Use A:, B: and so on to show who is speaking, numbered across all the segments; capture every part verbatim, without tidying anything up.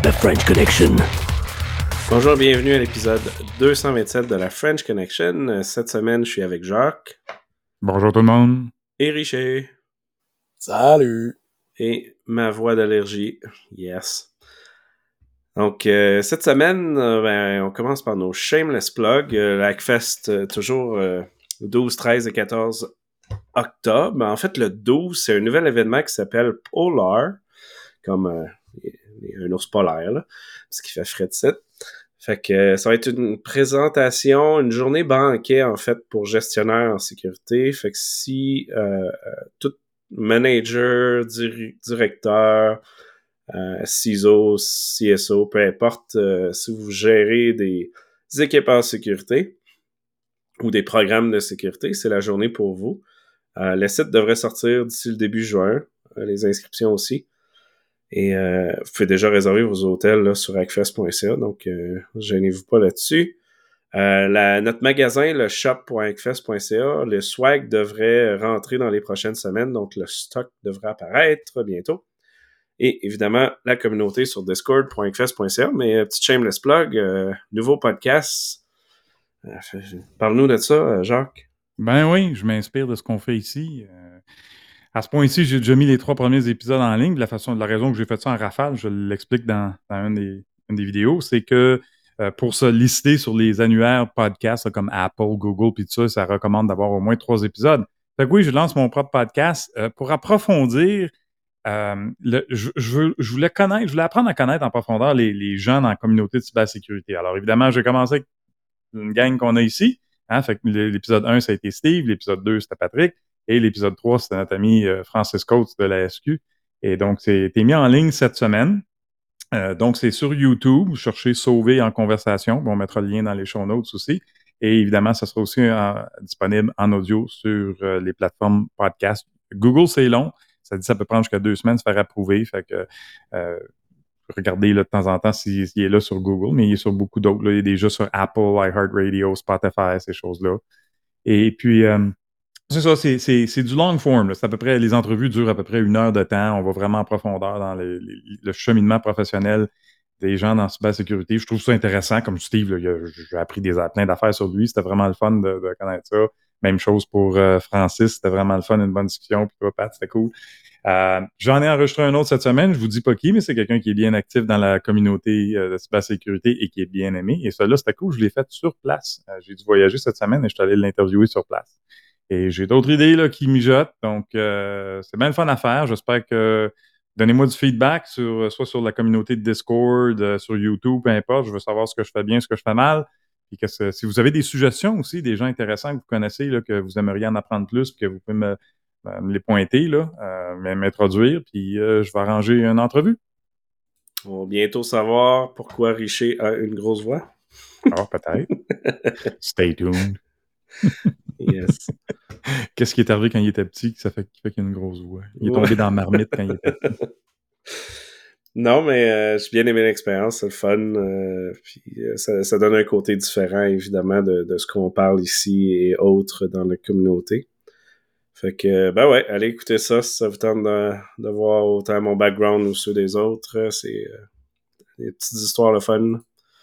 A: la French Connection.
B: Bonjour, bienvenue à l'épisode deux cent vingt-sept de la French Connection. Cette semaine, je suis avec Jacques.
C: Bonjour tout le monde.
B: Et Richer.
D: Salut.
B: Et ma voix d'allergie. Yes. Donc, euh, cette semaine, euh, ben, on commence par nos shameless plugs. Euh, la Hackfest, euh, toujours euh, douze, treize et quatorze octobre. En fait, le douze, c'est un nouvel événement qui s'appelle Polar, comme euh, un ours polaire, là, parce qu'il fait frais de site. Fait que euh, ça va être une présentation, une journée banquet, en fait, pour gestionnaires en sécurité. Fait que si euh, tout manager, dir- directeur, euh, C I S O, C S O, peu importe, euh, si vous gérez des, des équipes en sécurité ou des programmes de sécurité, c'est la journée pour vous. Euh, le site devrait sortir d'ici le début juin, euh, les inscriptions aussi. Et euh, vous pouvez déjà réserver vos hôtels là, sur hackfest point c a, donc euh, gênez-vous pas là-dessus. Euh, la, notre magasin, le shop point hackfest point c a, le swag devrait rentrer dans les prochaines semaines, donc le stock devrait apparaître bientôt. Et évidemment, la communauté sur discord point hackfest point c a, mais euh, petit shameless plug, euh, nouveau podcast. Euh, parle-nous de ça, euh, Jacques.
C: Ben oui, je m'inspire de ce qu'on fait ici. Euh, à ce point-ci, j'ai déjà mis les trois premiers épisodes en ligne. De la façon, de la raison que j'ai fait ça en rafale, je l'explique dans, dans une, des, une des vidéos, c'est que euh, pour se lister sur les annuaires podcasts là, comme Apple, Google, puis tout ça, ça recommande d'avoir au moins trois épisodes. Fait que oui, je lance mon propre podcast euh, pour approfondir. Euh, le, je, je, veux- je voulais connaître, je voulais apprendre à connaître en profondeur les, les gens dans la communauté de cybersécurité. Alors évidemment, j'ai commencé avec une gang qu'on a ici. Hein, fait que l'épisode un, ça a été Steve, l'épisode deux, c'était Patrick, et l'épisode trois, c'était notre ami euh, Francis Coates de la S Q. Et donc, c'est été mis en ligne cette semaine. Euh, donc, c'est sur YouTube. Cherchez Sauver en conversation. Bon, on mettra le lien dans les show notes aussi. Et évidemment, ça sera aussi euh, disponible en audio sur euh, les plateformes podcast. Google, c'est long. Ça dit que ça peut prendre jusqu'à deux semaines de se faire approuver. Fait que euh, regardez là, de temps en temps s'il est là sur Google, mais il est sur beaucoup d'autres. Là. Il est déjà sur Apple, iHeartRadio, Spotify, ces choses-là. Et puis, euh, c'est ça, c'est, c'est, c'est du long form. Là. C'est à peu près, les entrevues durent à peu près une heure de temps. On va vraiment en profondeur dans les, les, le cheminement professionnel des gens dans la cybersécurité. Je trouve ça intéressant. Comme Steve, là, il a- j'ai appris des, plein d'affaires sur lui. C'était vraiment le fun de, de connaître ça. Même chose pour euh, Francis. C'était vraiment le fun, une bonne discussion. Puis toi, Pat, c'était cool. Euh, j'en ai enregistré un autre cette semaine. Je vous dis pas qui, mais c'est quelqu'un qui est bien actif dans la communauté euh, de cybersécurité et qui est bien aimé. Et celui-là, c'était cool. Je l'ai fait sur place. Euh, j'ai dû voyager cette semaine et je suis allé l'interviewer sur place. Et j'ai d'autres idées là, qui mijotent. Donc, euh, c'est bien le fun à faire. J'espère que donnez-moi du feedback sur soit sur la communauté de Discord, euh, sur YouTube, peu importe. Je veux savoir ce que je fais bien, ce que je fais mal. Puis que ce- si vous avez des suggestions aussi, des gens intéressants que vous connaissez, là, que vous aimeriez en apprendre plus, que vous pouvez me, me les pointer, là, euh, m'introduire, puis euh, je vais arranger une entrevue.
B: On va bientôt savoir pourquoi Richer a une grosse voix.
C: Ah, peut-être. Stay tuned.
B: Yes.
C: Qu'est-ce qui est arrivé quand il était petit, que ça fait, qui fait qu'il a une grosse voix? Il est tombé
B: Ouais.
C: dans la marmite quand il était petit.
B: Non, mais euh, j'ai bien aimé l'expérience, c'est le fun. Euh, puis euh, ça, ça donne un côté différent, évidemment, de, de ce qu'on parle ici et autres dans la communauté. Fait que, ben ouais, allez écouter ça si ça vous tente de, de voir autant mon background ou ceux des autres. C'est euh, des petites histoires le fun.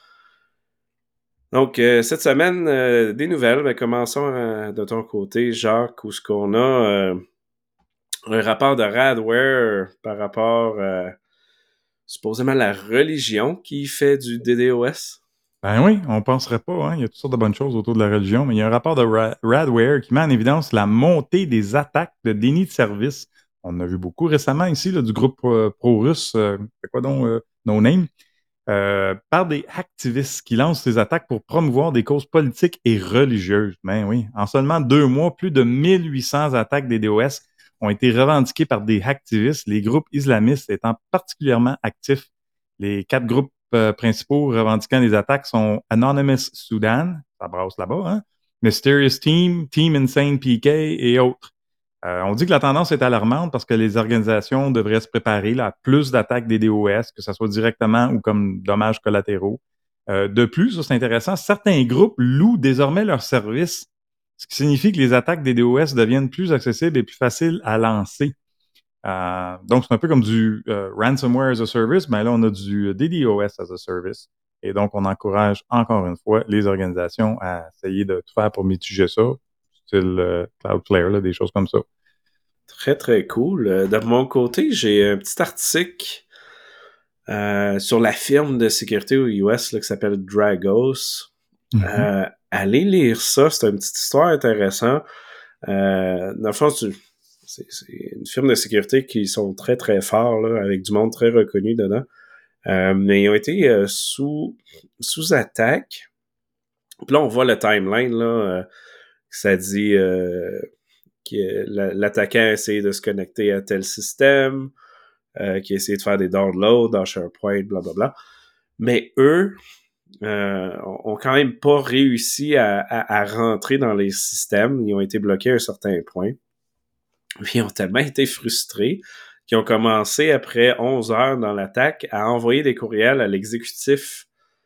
B: Donc, euh, cette semaine, euh, des nouvelles. Ben, commençons euh, de ton côté, Jacques, où ce qu'on a euh, un rapport de Radware par rapport à supposément la religion qui fait du D DDoS.
C: Ben oui, on penserait pas, hein. Il y a toutes sortes de bonnes choses autour de la religion, mais il y a un rapport de Ra- Radware qui met en évidence la montée des attaques de déni de service. On en a vu beaucoup récemment ici, là, du groupe euh, pro-russe, euh, c'est quoi donc, euh, No Name, euh, par des activistes qui lancent ces attaques pour promouvoir des causes politiques et religieuses. Ben oui, en seulement deux mois, plus de mille huit cents attaques des DDoS ont été revendiquées par des activistes, les groupes islamistes étant particulièrement actifs. Les quatre groupes euh, principaux revendiquant les attaques sont Anonymous Sudan, ça brasse là-bas, hein? Mysterious Team, Team Insane P K et autres. Euh, on dit que la tendance est alarmante parce que les organisations devraient se préparer là, à plus d'attaques des DDoS, que ce soit directement ou comme dommages collatéraux. Euh, de plus, ça, c'est intéressant, certains groupes louent désormais leurs services, ce qui signifie que les attaques des DDoS deviennent plus accessibles et plus faciles à lancer. Euh, donc, c'est un peu comme du euh, Ransomware as a Service, mais là, on a du DDoS as a Service. Et donc, on encourage encore une fois les organisations à essayer de tout faire pour mitiger ça, style euh, Cloudflare, là, des choses comme ça.
B: Très, très cool. Euh, de mon côté, j'ai un petit article euh, sur la firme de sécurité aux U S là, qui s'appelle Dragos. Mm-hmm. Euh, allez lire ça, c'est une petite histoire intéressante. Euh, dans le fond, tu, c'est, c'est une firme de sécurité qui sont très, très forts, là, avec du monde très reconnu dedans. Euh, mais ils ont été euh, sous, sous attaque. Puis là, on voit le timeline, là, euh, ça dit euh, que l'attaquant a essayé de se connecter à tel système, euh, qui a essayé de faire des downloads dans SharePoint, blablabla. Mais eux euh, ont quand même pas réussi à, à, à rentrer dans les systèmes. Ils ont été bloqués à un certain point. Puis ils ont tellement été frustrés qu'ils ont commencé, après onze heures dans l'attaque, à envoyer des courriels à l'exécutif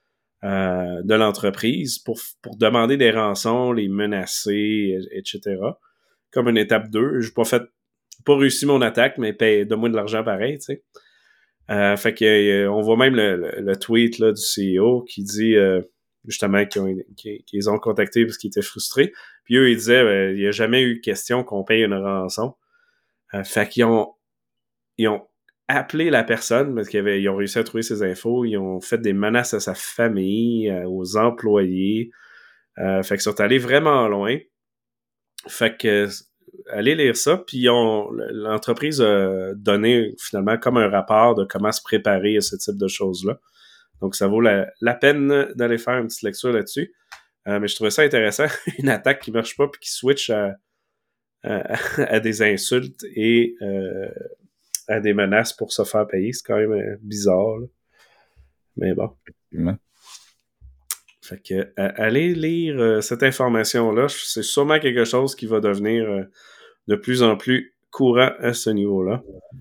B: euh, de l'entreprise pour, pour demander des rançons, les menacer, et cetera. Comme une étape deux. J'ai pas fait, pas réussi mon attaque, mais paye, donne-moi de l'argent pareil, tu sais. Euh, fait que euh, on voit même le, le, le tweet là, du C E O qui dit euh, justement qu'ils ont, qu'ils, qu'ils ont contacté parce qu'ils étaient frustrés. Puis eux, ils disaient euh, il n'y a jamais eu question qu'on paye une rançon. Euh, fait qu'ils ont, ils ont appelé la personne parce qu'ils avaient, ils ont réussi à trouver ses infos. Ils ont fait des menaces à sa famille, euh, aux employés. Euh, fait qu'ils sont allés vraiment loin. Fait que allez lire ça, puis on, l'entreprise a donné finalement comme un rapport de comment se préparer à ce type de choses-là. Donc, ça vaut la, la peine d'aller faire une petite lecture là-dessus. Euh, mais je trouvais ça intéressant, une attaque qui marche pas puis qui switch à, à, à des insultes et euh, à des menaces pour se faire payer. C'est quand même euh, bizarre, là. Mais bon. Effectivement. Fait que euh, allez lire euh, cette information-là. C'est sûrement quelque chose qui va devenir euh, de plus en plus courant à ce niveau-là.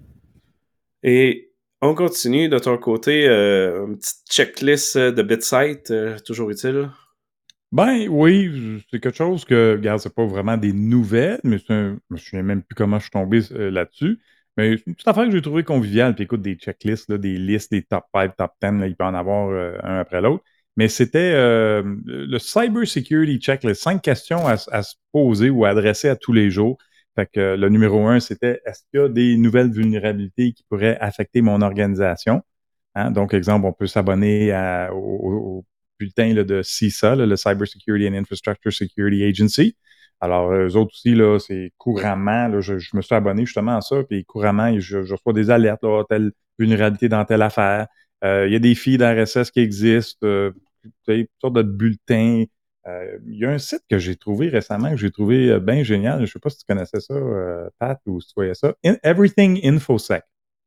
B: Et on continue de ton côté, euh, une petite checklist de BitSight, euh, toujours utile?
C: Ben oui, c'est quelque chose que, regarde, c'est pas vraiment des nouvelles, mais c'est un, je me souviens même plus comment je suis tombé euh, là-dessus. Mais c'est une petite affaire que j'ai trouvé conviviale. Puis écoute, des checklists, là, des listes, des top cinq, top dix, là, il peut en avoir euh, un après l'autre. Mais c'était euh, le Cyber Security Checklist, cinq questions à, à se poser ou à adresser à tous les jours. Fait que euh, le numéro un, c'était est-ce qu'il y a des nouvelles vulnérabilités qui pourraient affecter mon organisation? Hein? Donc, exemple, on peut s'abonner à, au, au bulletin là, de C I S A, là, le Cyber Security and Infrastructure Security Agency. Alors, eux autres aussi, là, c'est couramment, là, je, je me suis abonné justement à ça, puis couramment, je, je reçois des alertes, là, telle vulnérabilité dans telle affaire. Euh, il y a des feeds R S S qui existent, euh, toutes sortes de bulletins. Euh, il y a un site que j'ai trouvé récemment, que j'ai trouvé euh, bien génial. Je ne sais pas si tu connaissais ça, euh, Pat, ou si tu voyais ça. In- Everything InfoSec.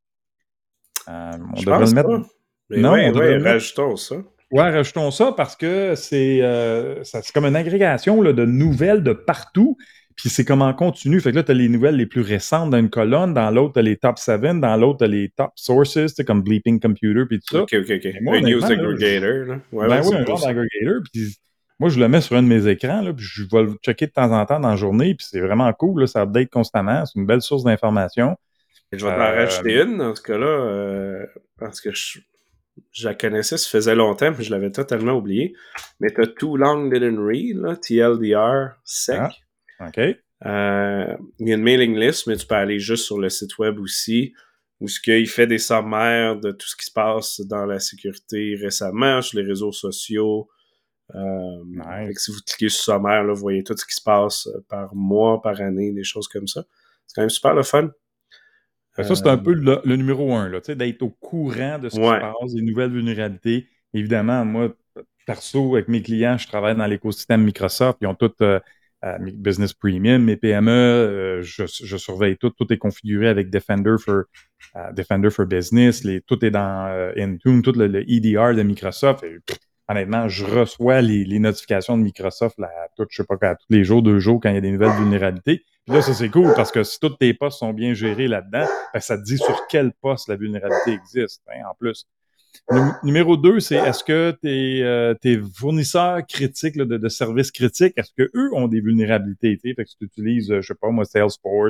B: Euh, on je devrait pense le mettre. Pas. Mais non, ouais, on devrait ouais, le mettre... rajoutons ça.
C: Ouais, rajoutons ça parce que c'est, euh, ça, c'est comme une agrégation là, de nouvelles de partout. Puis c'est comme en continu. Fait que là, tu as les nouvelles les plus récentes dans une colonne, dans l'autre, tu as les top sept, dans l'autre, tu as les top sources, comme Bleeping Computer, puis tout ça.
B: OK, OK, OK. Moi, un news aggregator. Là,
C: ouais, ben ouais, un genre d'aggregator. Puis moi, je le mets sur un de mes écrans, là, puis je vais le checker de temps en temps dans la journée, puis c'est vraiment cool. Là, ça update constamment. C'est une belle source d'information.
B: Et je vais t'en euh, rajouter une dans ce cas-là, euh, parce que je, je la connaissais, ça faisait longtemps, mais je l'avais totalement oublié. Mais tu as Too Long Didn't Read, là, T L D R sec.
C: Ah, OK.
B: Euh, il y a une mailing list, mais tu peux aller juste sur le site web aussi, où ce qu'il fait des sommaires de tout ce qui se passe dans la sécurité récemment, sur les réseaux sociaux. Euh, nice. Si vous cliquez sur sommaire, là, vous voyez tout ce qui se passe par mois, par année, des choses comme ça. C'est quand même super le fun.
C: Ça, c'est un peu le, le numéro un, là, d'être au courant de ce qui ouais. se passe, des nouvelles vulnérabilités. Évidemment, moi, perso, avec mes clients, je travaille dans l'écosystème Microsoft. Ils ont tout euh, euh, Business Premium, mes P M E, euh, je, je surveille tout. Tout est configuré avec Defender for, uh, Defender for Business. Les, tout est dans euh, Intune, tout le, le E D R de Microsoft. Et, pff, honnêtement, je reçois les, les notifications de Microsoft là, à tout, je sais pas, à tous les jours, deux jours, quand il y a des nouvelles vulnérabilités. Puis là, ça, c'est cool parce que si tous tes postes sont bien gérés là-dedans, ben, ça te dit sur quel poste la vulnérabilité existe, hein, en plus. Num- numéro deux, c'est est-ce que tes, euh, tes fournisseurs critiques là, de, de services critiques, est-ce qu'eux ont des vulnérabilités? Fait que si tu utilises, je sais pas moi, Salesforce,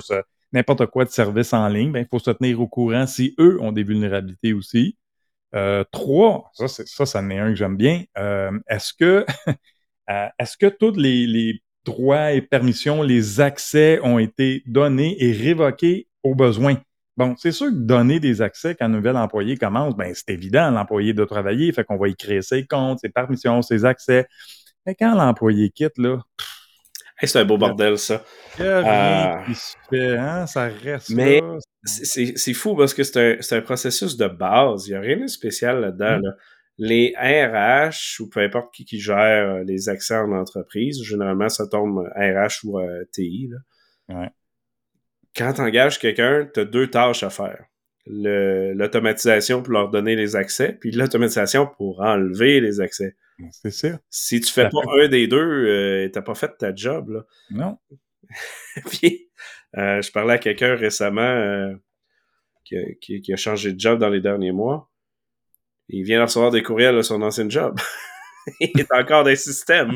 C: n'importe quoi de service en ligne, ben, il faut se tenir au courant si eux ont des vulnérabilités aussi. Euh, trois, ça, c'est, ça, ça en est un que j'aime bien. Euh, est-ce que, euh, est-ce que tous les, les droits et permissions, les accès ont été donnés et révoqués au besoin? Bon, c'est sûr que donner des accès quand un nouvel employé commence, ben, c'est évident, l'employé doit travailler, fait qu'on va y créer ses comptes, ses permissions, ses accès. Mais quand l'employé quitte, là,
B: Hey, c'est un beau
C: il n'y a,
B: bordel, ça.
C: y a rien
B: Euh,
C: qui se fait, hein? Ça reste
B: mais
C: là.
B: c'est, c'est, c'est fou parce que c'est un, c'est un processus de base. Il n'y a rien de spécial là-dedans.
C: Hum,
B: Là. Les R H ou peu importe qui, qui gère les accès en entreprise, généralement, ça tombe R H ou euh, T I. Là.
C: Ouais,
B: Quand tu engages quelqu'un, tu as deux tâches à faire. Le, l'automatisation pour leur donner les accès, puis l'automatisation pour enlever les accès.
C: c'est ça.
B: Si tu fais
C: Ça
B: pas
C: fait-
B: un des deux, euh, t'as pas fait ta job. Là.
C: Non.
B: Puis, euh, je parlais à quelqu'un récemment euh, qui, a, qui, qui a changé de job dans les derniers mois. Il vient de recevoir des courriels de son ancien job. Il est encore dans le système.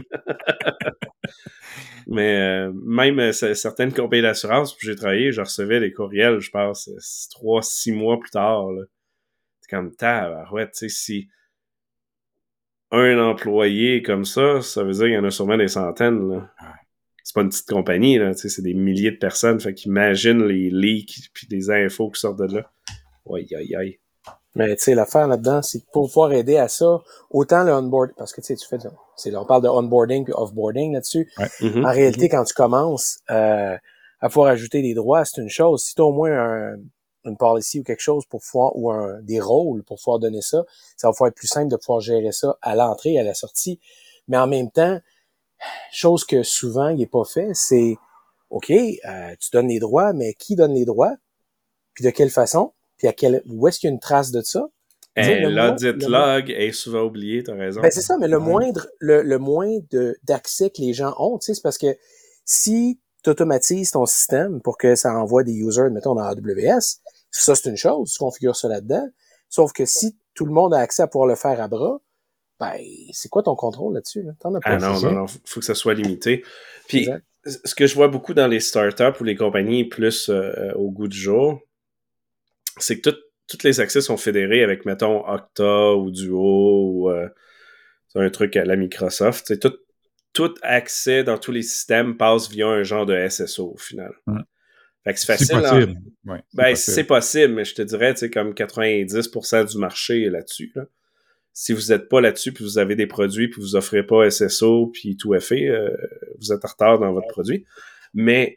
B: Mais euh, même euh, certaines compagnies d'assurance où j'ai travaillé, je recevais les courriels, je pense, trois, six mois plus tard. Là. C'est comme, tabarouette, tu sais, si un employé comme ça, ça veut dire qu'il y en a sûrement des centaines, là. C'est pas une petite compagnie, là, tu sais, c'est des milliers de personnes, fait qu'imagine les leaks puis les infos qui sortent de là. Aïe, aïe, aïe.
D: Mais tu sais, l'affaire là-dedans, c'est pour pouvoir aider à ça, autant le onboard, parce que tu sais, tu fais, c'est, là, on parle de onboarding puis offboarding là-dessus.
C: Ouais.
B: Mm-hmm.
D: En réalité, mm-hmm. quand tu commences euh, à pouvoir ajouter des droits, c'est une chose. Si tu as au moins un, une policy ou quelque chose pour pouvoir, ou un, des rôles pour pouvoir donner ça, ça va pouvoir être plus simple de pouvoir gérer ça à l'entrée, à la sortie. Mais en même temps, chose que souvent il n'est pas fait, c'est OK, euh, tu donnes les droits, mais qui donne les droits? Puis de quelle façon? Puis à quel, où est-ce qu'il y a une trace de ça?
B: Hey, l'audit le log mo- est souvent oublié, t'as raison.
D: Ben c'est ça, mais le ouais. moindre, le, le moins de, d'accès que les gens ont, tu sais, c'est parce que si tu automatises ton système pour que ça envoie des users, mettons, dans A W S, ça c'est une chose, tu configures ça là-dedans. Sauf que si tout le monde a accès à pouvoir le faire à bras, ben, c'est quoi ton contrôle là-dessus? Là? T'en as pas.
B: Ah non, non, non, faut que ça soit limité. Puis, exact. Ce que je vois beaucoup dans les startups ou les compagnies plus euh, au goût du jour, c'est que tout, tous les accès sont fédérés avec, mettons, Okta ou Duo ou euh, c'est un truc à la Microsoft. C'est tout, tout accès dans tous les systèmes passe via un genre de S S O au final.
C: Mmh.
B: Fait que c'est facile.
C: C'est possible. En... Ouais, c'est
B: ben,
C: possible.
B: c'est possible, mais je te dirais, tu sais, comme quatre-vingt-dix pour cent du marché est là-dessus. Là. Si vous n'êtes pas là-dessus, puis vous avez des produits, puis vous offrez pas S S O, puis tout est fait, euh, vous êtes en retard dans votre produit. Mais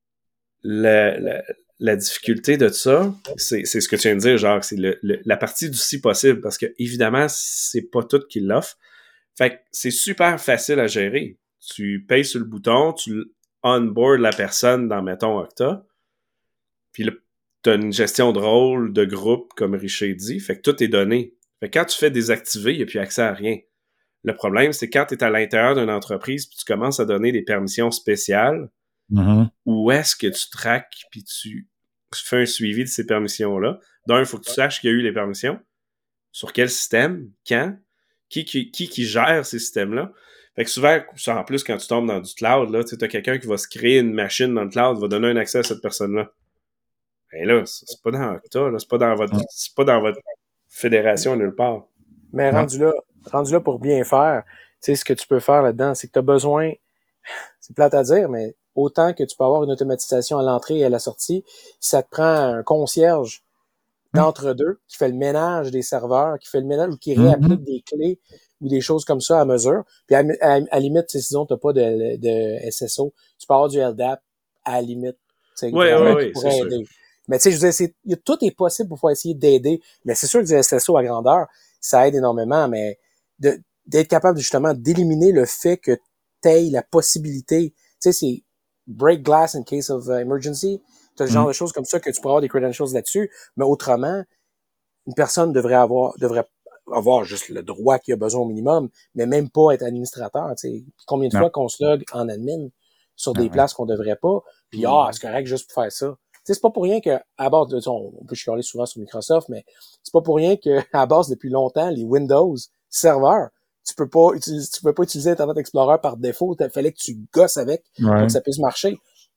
B: la, la, la difficulté de ça, c'est, c'est ce que tu viens de dire, genre, c'est le, le, la partie du si possible, parce que évidemment, c'est pas tout qui l'offre. Fait que c'est super facile à gérer. Tu payes sur le bouton, tu onboard la personne dans, mettons, Okta, puis là, tu as une gestion de rôle, de groupe, comme Richer dit, fait que tout est donné. Fait que quand tu fais désactiver, il n'y a plus accès à rien. Le problème, c'est quand tu es à l'intérieur d'une entreprise puis tu commences à donner des permissions spéciales,
C: mm-hmm.
B: où est-ce que tu traques puis tu fais un suivi de ces permissions-là? D'un, il faut que tu saches qu'il y a eu les permissions. Sur quel système? Quand? Qui qui, qui, qui gère ces systèmes-là? Fait que souvent, en plus, quand tu tombes dans du cloud, là, tu as quelqu'un qui va se créer une machine dans le cloud, va donner un accès à cette personne-là. Ben là, c'est pas dans Okta, là, c'est pas dans votre, c'est pas dans votre fédération nulle part.
D: Mais rendu là, rendu là pour bien faire, tu sais, ce que tu peux faire là-dedans, c'est que tu as besoin, c'est plate à dire, mais autant que tu peux avoir une automatisation à l'entrée et à la sortie, ça te prend un concierge d'entre-deux qui fait le ménage des serveurs, qui fait le ménage ou qui réapplique mm-hmm. des clés ou des choses comme ça à mesure. Puis à, à, à la limite, sinon, tu n'as pas de, de S S O, tu peux avoir du L D A P à la limite.
B: Oui, oui, oui, c'est sûr.
D: Mais tu sais, je veux dire, c'est, y a, tout est possible pour pouvoir essayer d'aider. Mais c'est sûr que du S S O à grandeur, ça aide énormément, mais de, d'être capable justement d'éliminer le fait que tu aies la possibilité. Tu sais, c'est break glass in case of uh, emergency. Tu as ce genre mm. de choses comme ça que tu pourrais avoir des credentials là-dessus. Mais autrement, une personne devrait avoir devrait avoir juste le droit qu'il a besoin au minimum, mais même pas être administrateur. Tu sais. Combien de non. fois qu'on se log en admin sur des non, places ouais. qu'on devrait pas, puis mm. ah, c'est correct juste pour faire ça. Tu sais, c'est pas pour rien que, à base de, on peut chialer souvent sur Microsoft, mais c'est pas pour rien que, à base depuis longtemps, les Windows serveurs, tu peux pas utiliser, tu peux pas utiliser Internet Explorer par défaut. Il fallait que tu gosses avec
C: ouais.
D: pour que ça puisse marcher.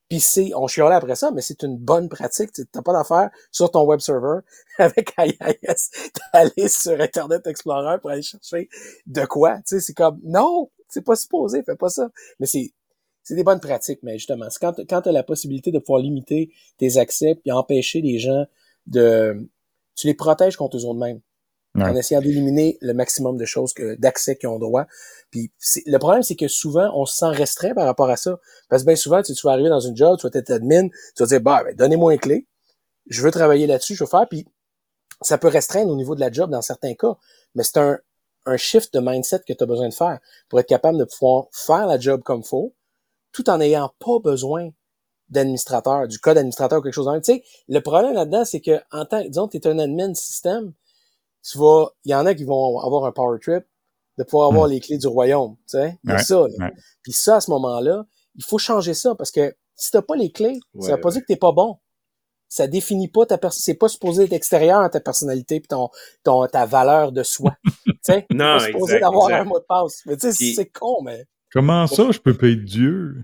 D: Puis c'est, on chialait après ça, mais c'est une bonne pratique. Tu n'as pas d'affaire sur ton web server avec I I S d'aller sur Internet Explorer pour aller chercher de quoi. Tu sais, c'est comme, non, c'est pas supposé, fais pas ça. Mais c'est, c'est des bonnes pratiques, mais justement, c'est quand, quand tu as la possibilité de pouvoir limiter tes accès puis empêcher les gens de... Tu les protèges contre eux autres mêmes. Ouais. En essayant d'éliminer le maximum de choses que, d'accès qu'ils ont droit. Puis c'est, le problème, c'est que souvent, on se sent restreint par rapport à ça. Parce que bien souvent, tu, sais, tu vas arriver dans une job, tu vas être admin, tu vas dire, bah, ben, donnez-moi une clé, je veux travailler là-dessus, je veux faire, puis ça peut restreindre au niveau de la job dans certains cas. Mais c'est un, un shift de mindset que tu as besoin de faire pour être capable de pouvoir faire la job comme il faut, tout en n'ayant pas besoin d'administrateur, du code administrateur ou quelque chose de même. Tu sais, le problème là-dedans, c'est que, en tant, disons, tu es un admin système, tu vas, il y en a qui vont avoir un power trip de pouvoir avoir mmh. les clés du royaume, tu sais. Il y a ouais, ça, là. Ouais. Puis ça, à ce moment-là, il faut changer ça parce que si t'as pas les clés, ouais, ça veut pas ouais. dire que t'es pas bon. Ça définit pas ta personne, c'est pas supposé être extérieur à ta personnalité pis ton, ton, ta valeur de soi. Tu sais. Non, c'est pas supposé exact, d'avoir exact. un mot de passe. Mais tu sais, puis... c'est con, mais.
C: Comment ça, je peux pas être Dieu?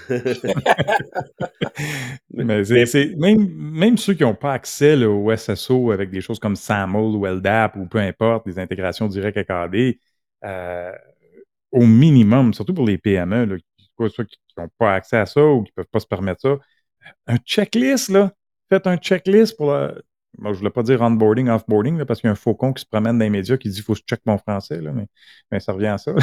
C: Mais c'est, c'est même, même ceux qui n'ont pas accès là, au S S O avec des choses comme SAML ou L D A P ou peu importe, des intégrations directes avec A D, euh, au minimum, surtout pour les P M E, là, soit qui n'ont pas accès à ça ou qui ne peuvent pas se permettre ça, un checklist, là. Faites un checklist pour la... Moi, je ne voulais pas dire onboarding, offboarding, là, parce qu'il y a un faucon qui se promène dans les médias qui dit « il faut que je check mon français », là, mais, mais ça revient à ça.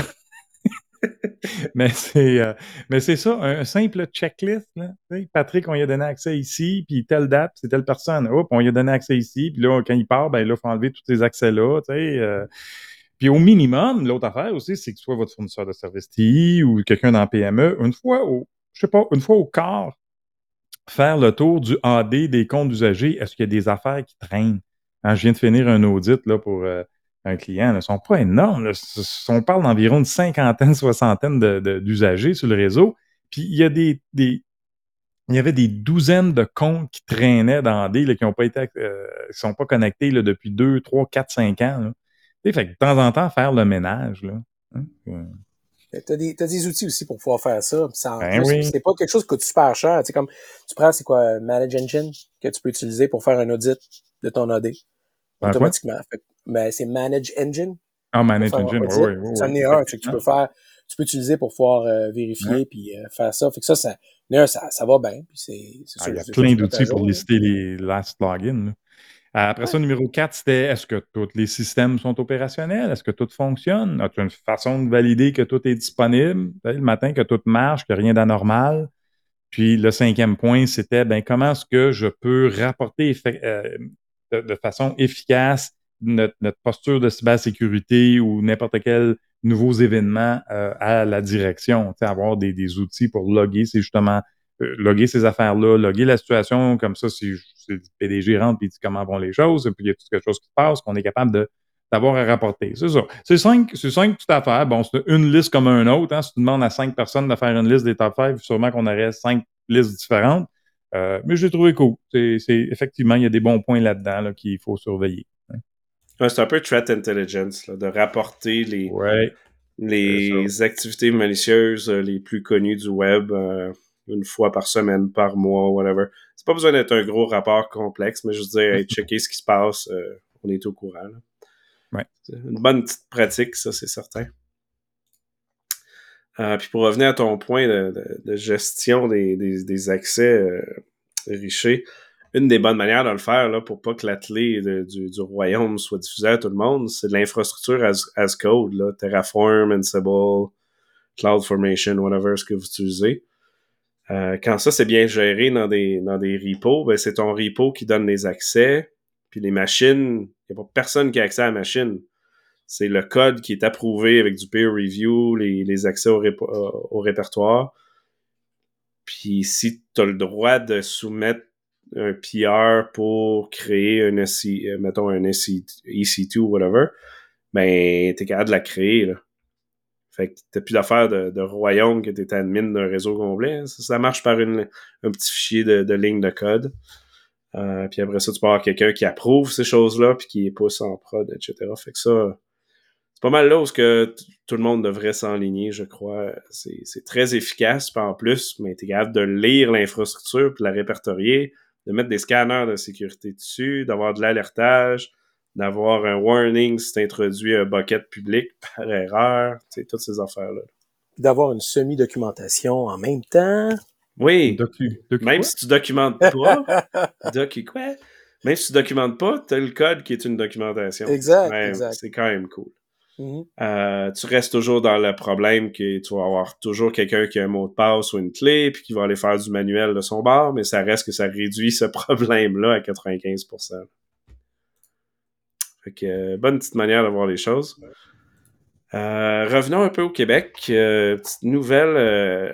C: mais, c'est, euh, mais c'est ça, un simple checklist. Là. Patrick, on lui a donné accès ici, puis telle date, c'est telle personne. Hop, on lui a donné accès ici, puis là, quand il part, ben là, il faut enlever tous ces accès-là. Euh. Puis au minimum, l'autre affaire aussi, c'est que soit votre fournisseur de services T I ou quelqu'un dans P M E, une fois au, je sais pas, une fois au quart, faire le tour du A D des comptes d'usagers. Est-ce qu'il y a des affaires qui traînent? Hein, je viens de finir un audit là, pour... Euh, un client, ils ne sont pas énormes. Là. On parle d'environ une cinquantaine, soixantaine de, de, d'usagers sur le réseau. Puis il y a des, des il y avait des douzaines de comptes qui traînaient dans des là, qui n'ont pas été euh, qui sont pas connectés là, depuis deux, trois, quatre, cinq ans. Là. Fait que de temps en temps, faire le ménage. Là. Hein?
D: T'as des, t'as des outils aussi pour pouvoir faire ça. ça
C: ben
D: plus,
C: oui.
D: C'est pas quelque chose qui coûte super cher. Tu sais, comme tu prends, c'est quoi, Manage Engine que tu peux utiliser pour faire un audit de ton A D. Ben automatiquement. Fait, mais c'est Manage Engine.
C: Ah, Manage Engine, oui, oui, oui.
D: Ça en est un, que tu peux faire, tu peux utiliser pour pouvoir euh, vérifier ouais. puis euh, faire ça. Fait que ça, ça, ça, ça va bien. Puis c'est, c'est
C: ah,
D: sûr,
C: il y a plein d'outils pour lister les last login. Là. Après ouais. ça, numéro quatre, c'était est-ce que tous les systèmes sont opérationnels? Est-ce que tout fonctionne? As-tu une façon de valider que tout est disponible? Le matin, que tout marche, qu'il n'y a rien d'anormal? Puis le cinquième point, c'était ben comment est-ce que je peux rapporter euh, de, de façon efficace notre, notre posture de cybersécurité ou n'importe quel nouveaux événements euh, à la direction. Tu sais, avoir des, des outils pour loguer, c'est justement euh, loguer ces affaires-là, loguer la situation, comme ça, si, si le P D G rentre et dit comment vont les choses, et puis il y a quelque chose qui se passe, qu'on est capable de d'avoir à rapporter. C'est ça. C'est cinq, c'est cinq petites affaires. Bon, c'est une liste comme un autre. Hein. Si tu demandes à cinq personnes de faire une liste des top cinq, sûrement qu'on aurait cinq listes différentes. Euh, mais je l'ai trouvé cool. C'est, c'est, effectivement, il y a des bons points là-dedans là, qu'il faut surveiller. Hein.
B: Ouais, c'est un peu threat intelligence, là, de rapporter les,
C: ouais,
B: les activités malicieuses euh, les plus connues du web euh, une fois par semaine, par mois, whatever. C'est pas besoin d'être un gros rapport complexe, mais juste dire, hey, checker ce qui se passe, euh, on est au courant. Là.
C: Ouais.
B: C'est une bonne petite pratique, ça, c'est certain. Euh, puis pour revenir à ton point de, de, de gestion des, des, des accès euh, richés, une des bonnes manières de le faire là, pour pas que la clé de, du, du royaume soit diffusée à tout le monde, c'est de l'infrastructure as, as code, là, Terraform, Ansible, CloudFormation, whatever ce que vous utilisez. Euh, quand ça, c'est bien géré dans des, dans des repos, ben c'est ton repo qui donne les accès, puis les machines, il n'y a pas personne qui a accès à la machine. C'est le code qui est approuvé avec du peer review, les, les accès au, rép- au répertoire. Puis si tu as le droit de soumettre un P R pour créer un S C, mettons un E C deux ou whatever, ben t'es capable de la créer, là. Fait que t'as plus d'affaire de, de royaume que t'es admin d'un réseau complet. Ça, ça marche par une, un petit fichier de, de ligne de code. Euh, puis après ça, tu peux avoir quelqu'un qui approuve ces choses-là puis qui les pousse en prod, et cetera. Fait que ça, c'est pas mal là où que t- tout le monde devrait s'enligner, je crois. C'est, c'est très efficace, puis en plus, mais t'es capable de lire l'infrastructure, puis la répertorier, de mettre des scanners de sécurité dessus, d'avoir de l'alertage, d'avoir un warning si t'introduis un bucket public par erreur, tu sais, toutes ces affaires-là.
D: D'avoir une semi-documentation en même temps.
B: Oui,
C: Docu, docu
B: même
C: quoi?
B: si tu documentes pas, docu quoi? Même si tu documentes pas, t'as le code qui est une documentation.
D: Exact,
B: Ouais,
D: exact.
B: c'est quand même cool.
D: Mm-hmm.
B: Euh, tu restes toujours dans le problème que tu vas avoir toujours quelqu'un qui a un mot de passe ou une clé puis qui va aller faire du manuel de son bord, mais ça reste que ça réduit ce problème-là à quatre-vingt-quinze pour cent. Fait que, euh, bonne petite manière de voir les choses. Euh, revenons un peu au Québec. Euh, petite nouvelle... Euh,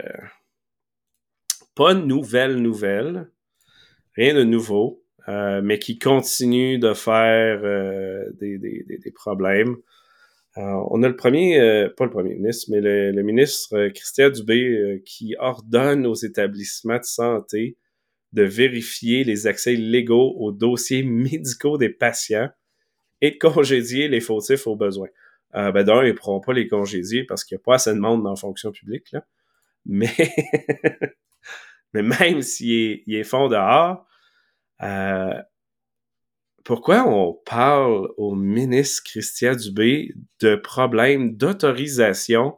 B: pas nouvelle nouvelle. Rien de nouveau. Euh, mais qui continue de faire euh, des, des, des, des problèmes. Alors, on a le premier, euh, pas le premier ministre, mais le, le ministre euh, Christian Dubé euh, qui ordonne aux établissements de santé de vérifier les accès légaux aux dossiers médicaux des patients et de congédier les fautifs au besoin. Euh, ben d'un, ils ne pourront pas les congédier parce qu'il n'y a pas assez de monde dans la fonction publique, là. Mais, mais même s'ils les font dehors, euh, pourquoi on parle au ministre Christian Dubé de problèmes d'autorisation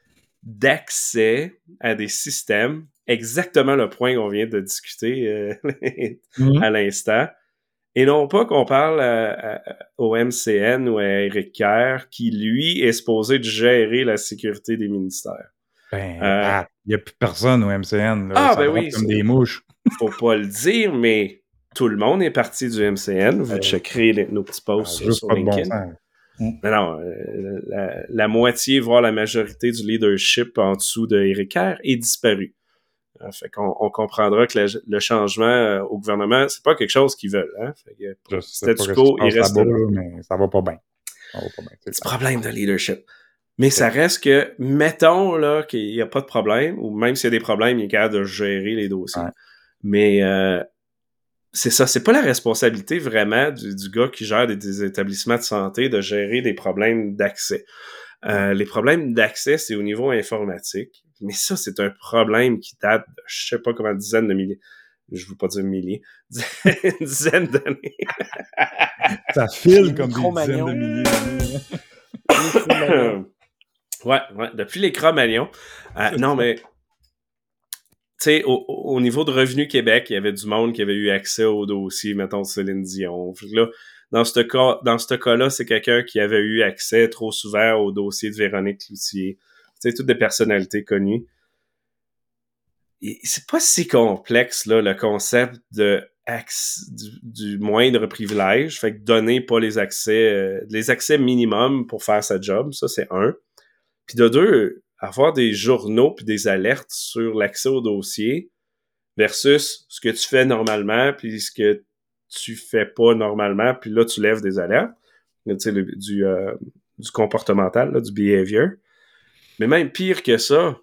B: d'accès à des systèmes, exactement le point qu'on vient de discuter euh, mm-hmm. à l'instant, et non pas qu'on parle à, à, au M C N ou à Éric Kerr, qui, lui, est supposé de gérer la sécurité des ministères.
C: Ben, euh, il n'y a plus personne au M C N, là.
B: Ah,
C: Ça
B: ben
C: drop
B: oui,
C: comme des mouches.
B: Faut pas le dire, mais tout le monde est parti du M C N. Vous euh, checkerez les, nos petits posts
C: ah, juste
B: sur
C: pas
B: LinkedIn.
C: De bon sens.
B: Non, non, euh, la, la moitié, voire la majorité du leadership en dessous de Éric Kerr est disparu. Euh, fait qu'on on comprendra que la, le changement euh, au gouvernement, c'est pas quelque chose qu'ils veulent. Hein? Fait que,
C: je
B: sais statu quo, il reste
C: là, mais ça va pas bien. Ça va pas bien.
B: C'est, c'est problème de leadership. Mais okay. Ça reste que, mettons là qu'il n'y a pas de problème, ou même s'il y a des problèmes, il est capable de gérer les dossiers. Ouais. Mais euh, c'est ça, c'est pas la responsabilité vraiment du, du gars qui gère des, des établissements de santé de gérer des problèmes d'accès. Euh, les problèmes d'accès, c'est au niveau informatique. Mais ça, c'est un problème qui date de, je sais pas comment, dizaines de milliers. Je veux pas dire milliers. Dizaines d'années.
C: Ça file comme des dizaines de milliers d'années.
B: ouais, ouais, depuis les Cro-Magnons. Euh, non, mais... Tu sais, au, au niveau de Revenu Québec, il y avait du monde qui avait eu accès au dossier, mettons, de Céline Dion. Là, dans ce cas, dans ce cas-là, c'est quelqu'un qui avait eu accès trop souvent au dossier de Véronique Cloutier. Tu sais, toutes des personnalités connues. Et c'est pas si complexe, là, le concept de accès, du, du moindre privilège. Fait que donner pas les accès, euh, les accès minimums pour faire sa job, ça, c'est un. Puis de deux, avoir des journaux puis des alertes sur l'accès au dossier versus ce que tu fais normalement puis ce que tu fais pas normalement, puis là, tu lèves des alertes, tu sais, le, du, euh, du comportemental, là, du behavior. Mais même pire que ça,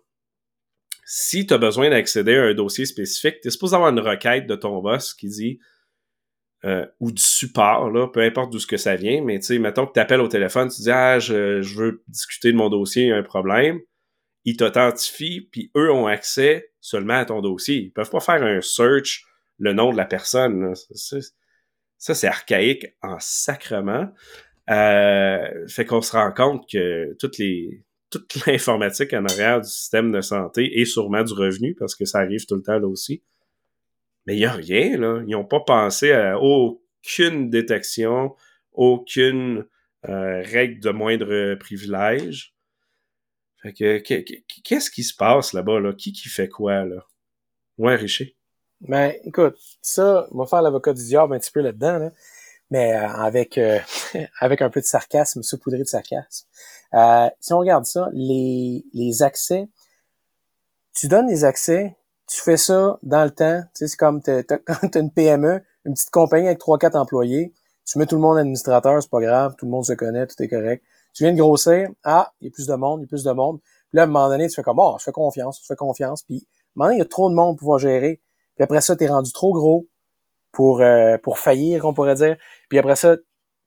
B: si tu as besoin d'accéder à un dossier spécifique, tu es supposé avoir une requête de ton boss qui dit euh, ou du support, là, peu importe d'où ce que ça vient, mais tu sais, mettons que tu appelles au téléphone, tu dis « Ah, je, je veux discuter de mon dossier, il y a un problème », ils t'authentifient, puis eux ont accès seulement à ton dossier. Ils peuvent pas faire un search, le nom de la personne. Là. Ça, ça, c'est archaïque en sacrement. Euh, fait qu'on se rend compte que toutes les, toute l'informatique en arrière du système de santé et sûrement du revenu, parce que ça arrive tout le temps là aussi. Mais il n'y a rien, là. Ils n'ont pas pensé à aucune détection, aucune euh, règle de moindre privilège. Fait que, qu'est-ce qui se passe là-bas, là? Qui qui fait quoi, là? Ouais, Richer?
D: Ben, écoute, ça, on va faire l'avocat du diable un petit peu là-dedans, là. Mais euh, avec euh, avec un peu de sarcasme, saupoudré de sarcasme. Euh, si on regarde ça, les, les accès, tu donnes les accès, tu fais ça dans le temps, tu sais, c'est comme t'as, t'as, quand t'as une P M E, une petite compagnie avec trois quatre employés, tu mets tout le monde administrateur, c'est pas grave, tout le monde se connaît, tout est correct. Tu viens de grossir, ah, il y a plus de monde, il y a plus de monde. Puis là, à un moment donné, tu fais comme, oh, je fais confiance, je fais confiance. Puis, à un moment donné, il y a trop de monde pour pouvoir gérer. Puis après ça, t'es rendu trop gros pour euh, pour faillir, on pourrait dire. Puis après ça,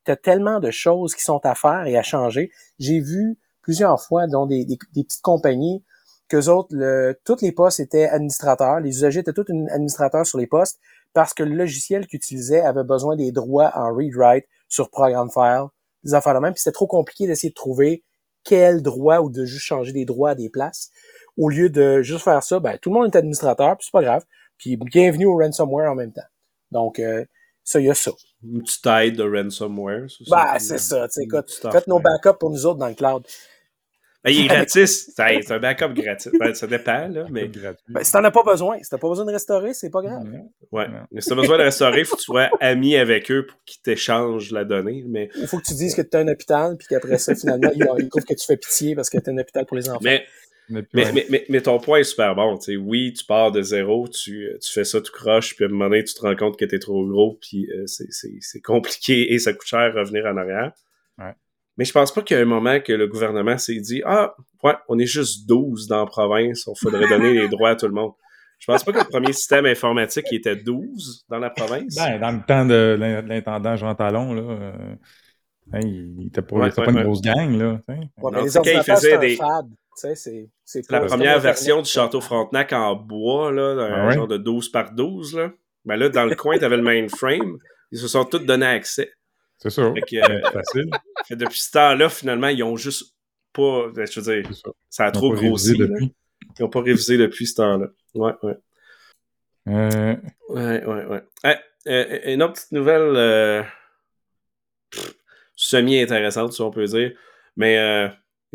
D: t'as tellement de choses qui sont à faire et à changer. J'ai vu plusieurs fois, dont des, des, des petites compagnies, qu'eux autres, le, tous les postes étaient administrateurs. Les usagers étaient tous administrateurs sur les postes parce que le logiciel qu'ils utilisaient avait besoin des droits en read-write sur Program File, des affaires de même. Puis c'était trop compliqué d'essayer de trouver quel droit ou de juste changer des droits à des places. Au lieu de juste faire ça, ben tout le monde est administrateur, puis c'est pas grave. Puis bienvenue au ransomware en même temps. Donc, euh, ça, il y a ça.
B: Une petite aide de ransomware. C'est
D: bah,
B: ça,
D: c'est ça. Tu sais, écoute,
B: stuff,
D: faites nos
B: ouais.
D: backups pour nous autres dans le cloud.
B: Ben, il est gratis. C'est c'est un backup gratis. Ben, ça dépend, là, mais...
C: gratuit.
D: Ben, si t'en as pas besoin, si t'as pas besoin de restaurer, c'est pas grave.
B: Ouais. Mais si t'as besoin de restaurer, il faut que tu sois ami avec eux pour qu'ils t'échangent la donnée. Mais...
D: Il faut que tu dises que t'es un hôpital, puis qu'après ça, finalement, ils, ils trouvent que tu fais pitié parce que t'es un hôpital pour les enfants.
B: Mais... Mais, mais, mais, mais, mais ton point est super bon. T'sais. Oui, tu pars de zéro, tu, tu fais ça tout croche, puis à un moment donné, tu te rends compte que t'es trop gros, puis euh, c'est, c'est, c'est compliqué et ça coûte cher revenir en arrière.
C: Ouais.
B: Mais je pense pas qu'il y a un moment que le gouvernement s'est dit « Ah, ouais, on est juste douze dans la province, il faudrait donner les droits à tout le monde. » Je pense pas que le premier système informatique il était douze dans la province.
C: Ben, dans le temps de l'intendant Jean Talon, là... Euh... Hein, il était pas,
B: ouais,
C: il était
B: ouais,
C: pas une
B: ouais.
C: grosse gang, là.
D: Ouais,
B: non,
D: mais les
B: quand il
D: ordinateurs,
B: faisait
D: c'est un
B: des...
D: fad. C'est, c'est, c'est
B: la
D: pas,
B: première
D: c'est
B: version
D: Internet,
B: du Château Frontenac en bois, là, un
C: ah ouais?
B: genre de douze par douze, là. Ben là, dans le coin, t'avais le mainframe. Ils se sont tous donné accès.
C: C'est ça.
B: Fait que, euh,
C: c'est facile.
B: Fait depuis ce temps-là, finalement, ils ont juste pas... Je veux dire,
C: ça.
B: ça a trop grossi.
C: Depuis.
B: Ils n'ont pas révisé depuis ce temps-là. Ouais, ouais.
C: Euh...
B: Ouais, ouais, ouais. Hey, euh, une autre petite nouvelle euh, pff, semi-intéressante, si on peut dire. Mais euh,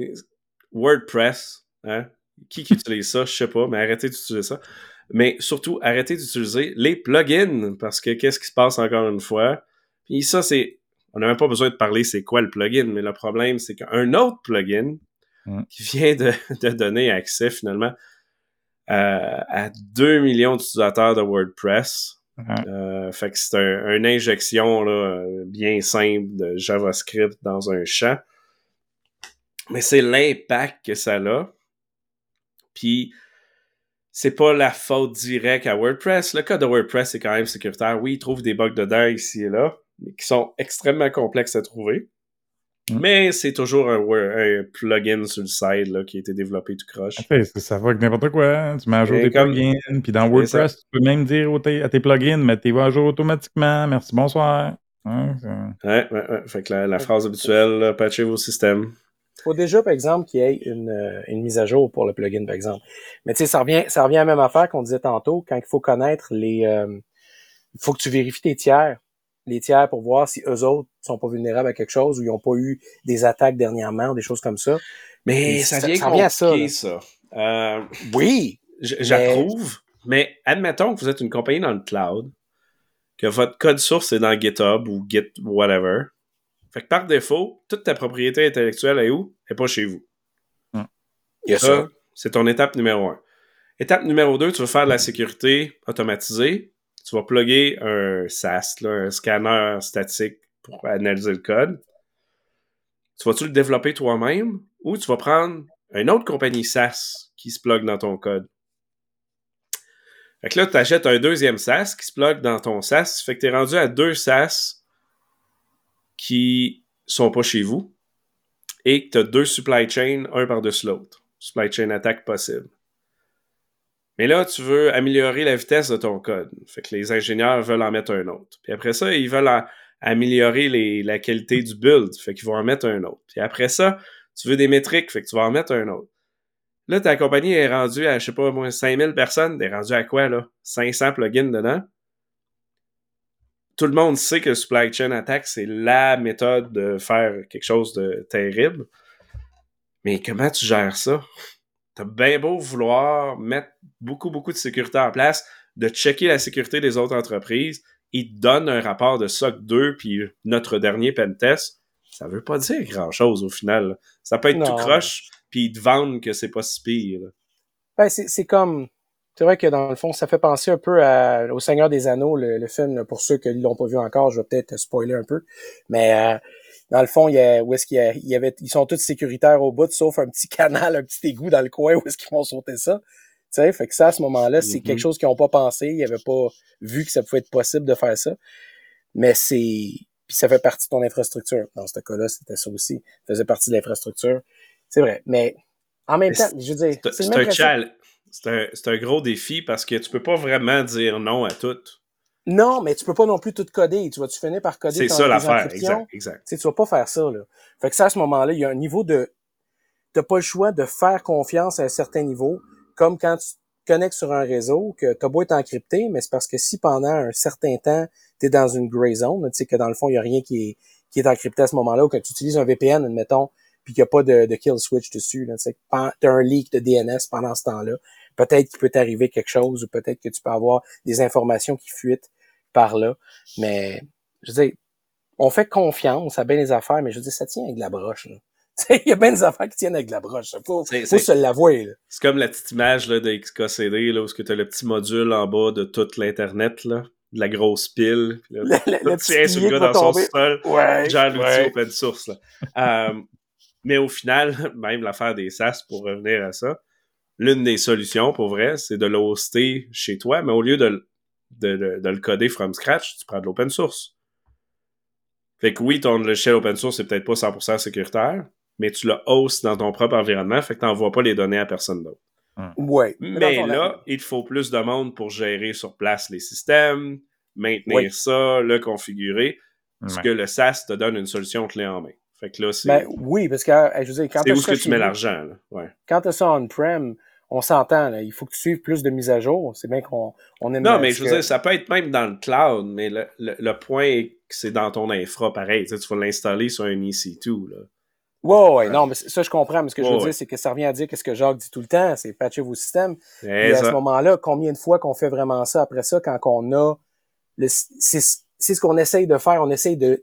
B: WordPress, hein? Qui qui utilise ça? Je sais pas, mais arrêtez d'utiliser ça. Mais surtout, arrêtez d'utiliser les plugins, parce que qu'est-ce qui se passe encore une fois? Puis ça, c'est... On n'a même pas besoin de parler c'est quoi le plugin, mais le problème, c'est qu'un autre plugin mm. qui vient de, de donner accès, finalement, à, à deux millions d'utilisateurs de WordPress. Mm. Euh, fait que c'est un, une injection là, bien simple de JavaScript dans un champ. Mais c'est l'impact que ça a. Puis, c'est pas la faute directe à WordPress. Le code de WordPress est quand même sécuritaire. Oui, il trouve des bugs dedans ici et là, mais qui sont extrêmement complexes à trouver. Mm. Mais c'est toujours un, un plugin sur le side là, qui a été développé tout croche.
C: Okay, ça va avec n'importe quoi. Hein? Tu mets à jour
B: et
C: des
B: comme...
C: plugins. Puis dans WordPress, tu peux même dire à tes plugins, mettez-vous à jour automatiquement. Merci, bonsoir. Hein,
B: ouais, ouais, ouais. Fait que la, la phrase habituelle, là, patchez vos systèmes.
D: Il faut déjà, par exemple, qu'il y ait une, une mise à jour pour le plugin, par exemple. Mais tu sais, ça revient, ça revient à la même affaire qu'on disait tantôt, quand il faut connaître les... Euh, il faut que tu vérifies tes tiers, les tiers pour voir si eux autres sont pas vulnérables à quelque chose ou ils n'ont pas eu des attaques dernièrement ou des choses comme ça.
B: Mais ça, ça vient ça compliqué, à ça. ça. Euh,
D: oui.
B: J'approuve, mais... mais admettons que vous êtes une compagnie dans le cloud, que votre code source est dans GitHub ou Git whatever. Fait que par défaut, toute ta propriété intellectuelle est où? Elle n'est pas chez vous.
D: Hum. Il y a
B: ça,
D: ça.
B: C'est ton étape numéro un. Étape numéro deux, tu vas faire de la sécurité automatisée. Tu vas plugger un S A S, là, un scanner statique pour analyser le code. Tu vas-tu le développer toi-même ou tu vas prendre une autre compagnie S A S qui se plug dans ton code? Fait que là, tu achètes un deuxième S A S qui se plug dans ton S A S. Fait que tu es rendu à deux S A S qui sont pas chez vous et que tu as deux supply chains, un par-dessus l'autre. Supply chain attaque possible. Mais là, tu veux améliorer la vitesse de ton code. Fait que les ingénieurs veulent en mettre un autre. Puis après ça, ils veulent en améliorer les, la qualité du build. Fait qu'ils vont en mettre un autre. Puis après ça, tu veux des métriques. Fait que tu vas en mettre un autre. Là, ta compagnie est rendue à, je sais pas, moi, cinq mille personnes. T'es rendu à quoi, là? cinq cents plugins dedans? Tout le monde sait que le supply chain attack, c'est la méthode de faire quelque chose de terrible. Mais comment tu gères ça? T'as bien beau vouloir mettre beaucoup, beaucoup de sécurité en place, de checker la sécurité des autres entreprises, ils te donnent un rapport de S O C deux puis notre dernier pentest. Ça veut pas dire grand-chose au final. Là. Ça peut être non. tout croche, puis ils te vendent que c'est pas si pire.
D: Ben, c'est, c'est comme... C'est vrai que dans le fond, ça fait penser un peu à, au Seigneur des Anneaux, le, le film, là, pour ceux qui l'ont pas vu encore, je vais peut-être spoiler un peu. Mais euh, dans le fond, il y a, où est-ce qu'il y, a, il y avait, ils sont tous sécuritaires au bout, sauf un petit canal, un petit égout dans le coin où est-ce qu'ils vont sauter ça. Tu sais, fait que ça, à ce moment-là, c'est mm-hmm. quelque chose qu'ils n'ont pas pensé, ils n'avaient pas vu que ça pouvait être possible de faire ça. Mais c'est, puis ça fait partie de ton infrastructure. Dans ce cas-là, c'était ça aussi. Ça faisait partie de l'infrastructure. C'est vrai. Mais en même temps, je veux dire,
B: c'est,
D: c'est,
B: c'est
D: le même
B: un
D: principe.
B: challenge. C'est un, c'est un gros défi parce que tu peux pas vraiment dire non à tout.
D: Non, mais tu peux pas non plus tout coder. Tu vas-tu finir par coder
B: c'est
D: ton,
B: ça
D: tes
B: l'affaire,
D: encryptions?
B: exact, exact.
D: Tu sais, tu vas pas faire ça, là. Fait que ça, à ce moment-là, il y a un niveau de... T'as pas le choix de faire confiance à un certain niveau, comme quand tu te connectes sur un réseau, que t'as beau être encrypté, mais c'est parce que si pendant un certain temps, t'es dans une gray zone, tu sais, que dans le fond, il y a rien qui est, qui est encrypté à ce moment-là, ou que tu utilises un V P N, admettons, puis qu'il n'y a pas de, de kill switch dessus, là, tu sais, t'as un leak de D N S pendant ce temps-là. Peut-être qu'il peut t'arriver quelque chose, ou peut-être que tu peux avoir des informations qui fuitent par là. Mais, je veux dire, on fait confiance à bien les affaires, mais je veux dire, ça tient avec de la broche, là. Il y a bien des affaires qui tiennent avec de la broche. Faut,
B: c'est,
D: faut
B: c'est,
D: se l'avouer, là.
B: C'est comme la petite image là, de X K C D, là, où tu as le petit module en bas de toute l'Internet, là, de la grosse pile. Puis là,
D: Le, le,
B: tout
D: le
B: tient sur le
D: pilier
B: gars
D: qui va
B: dans son
D: tomber.
B: sol,
D: Ouais,
B: genre l'outil
D: ouais.
B: open source. Là. euh, mais au final, même l'affaire des S A S, pour revenir à ça, l'une des solutions, pour vrai, c'est de l'hoster chez toi, mais au lieu de, de, de, de le coder from scratch, tu prends de l'open source. Fait que oui, ton logiciel open source, c'est peut-être pas cent pour cent sécuritaire, mais tu le hostes dans ton propre environnement, fait que tu n'envoies pas les données à personne d'autre.
D: Ouais.
B: Mais,
D: mais fond,
B: là,
D: là,
B: il te faut plus de monde pour gérer sur place les systèmes, maintenir
D: oui.
B: ça, le configurer, parce
C: Ouais.
B: que le S A S te donne une solution clé en main. Fait que là, c'est...
D: Ben, oui, parce que, je veux dire, quand
B: c'est
D: tu
B: où
D: as ça
B: est-ce que tu
D: chez
B: mets
D: vous,
B: l'argent, là? Ouais.
D: quand tu as ça on-prem, on s'entend, là, il faut que tu suives plus de mises à jour. C'est bien qu'on on aime...
B: Non, mais je veux
D: que...
B: dire, ça peut être même dans le cloud, mais le, le, le point est que c'est dans ton infra, pareil. Tu sais, tu vas l'installer sur un E C deux, là.
D: Ouais, ouais, non, mais ça, je comprends. Mais ce que je veux
B: Ouais,
D: dire,
B: ouais.
D: c'est que ça revient à dire que ce que Jacques dit tout le temps, c'est patcher vos systèmes.
B: C'est
D: Et à
B: ça.
D: ce moment-là, combien de fois qu'on fait vraiment ça après ça, quand on a... Le, c'est, c'est ce qu'on essaye de faire. On essaye de,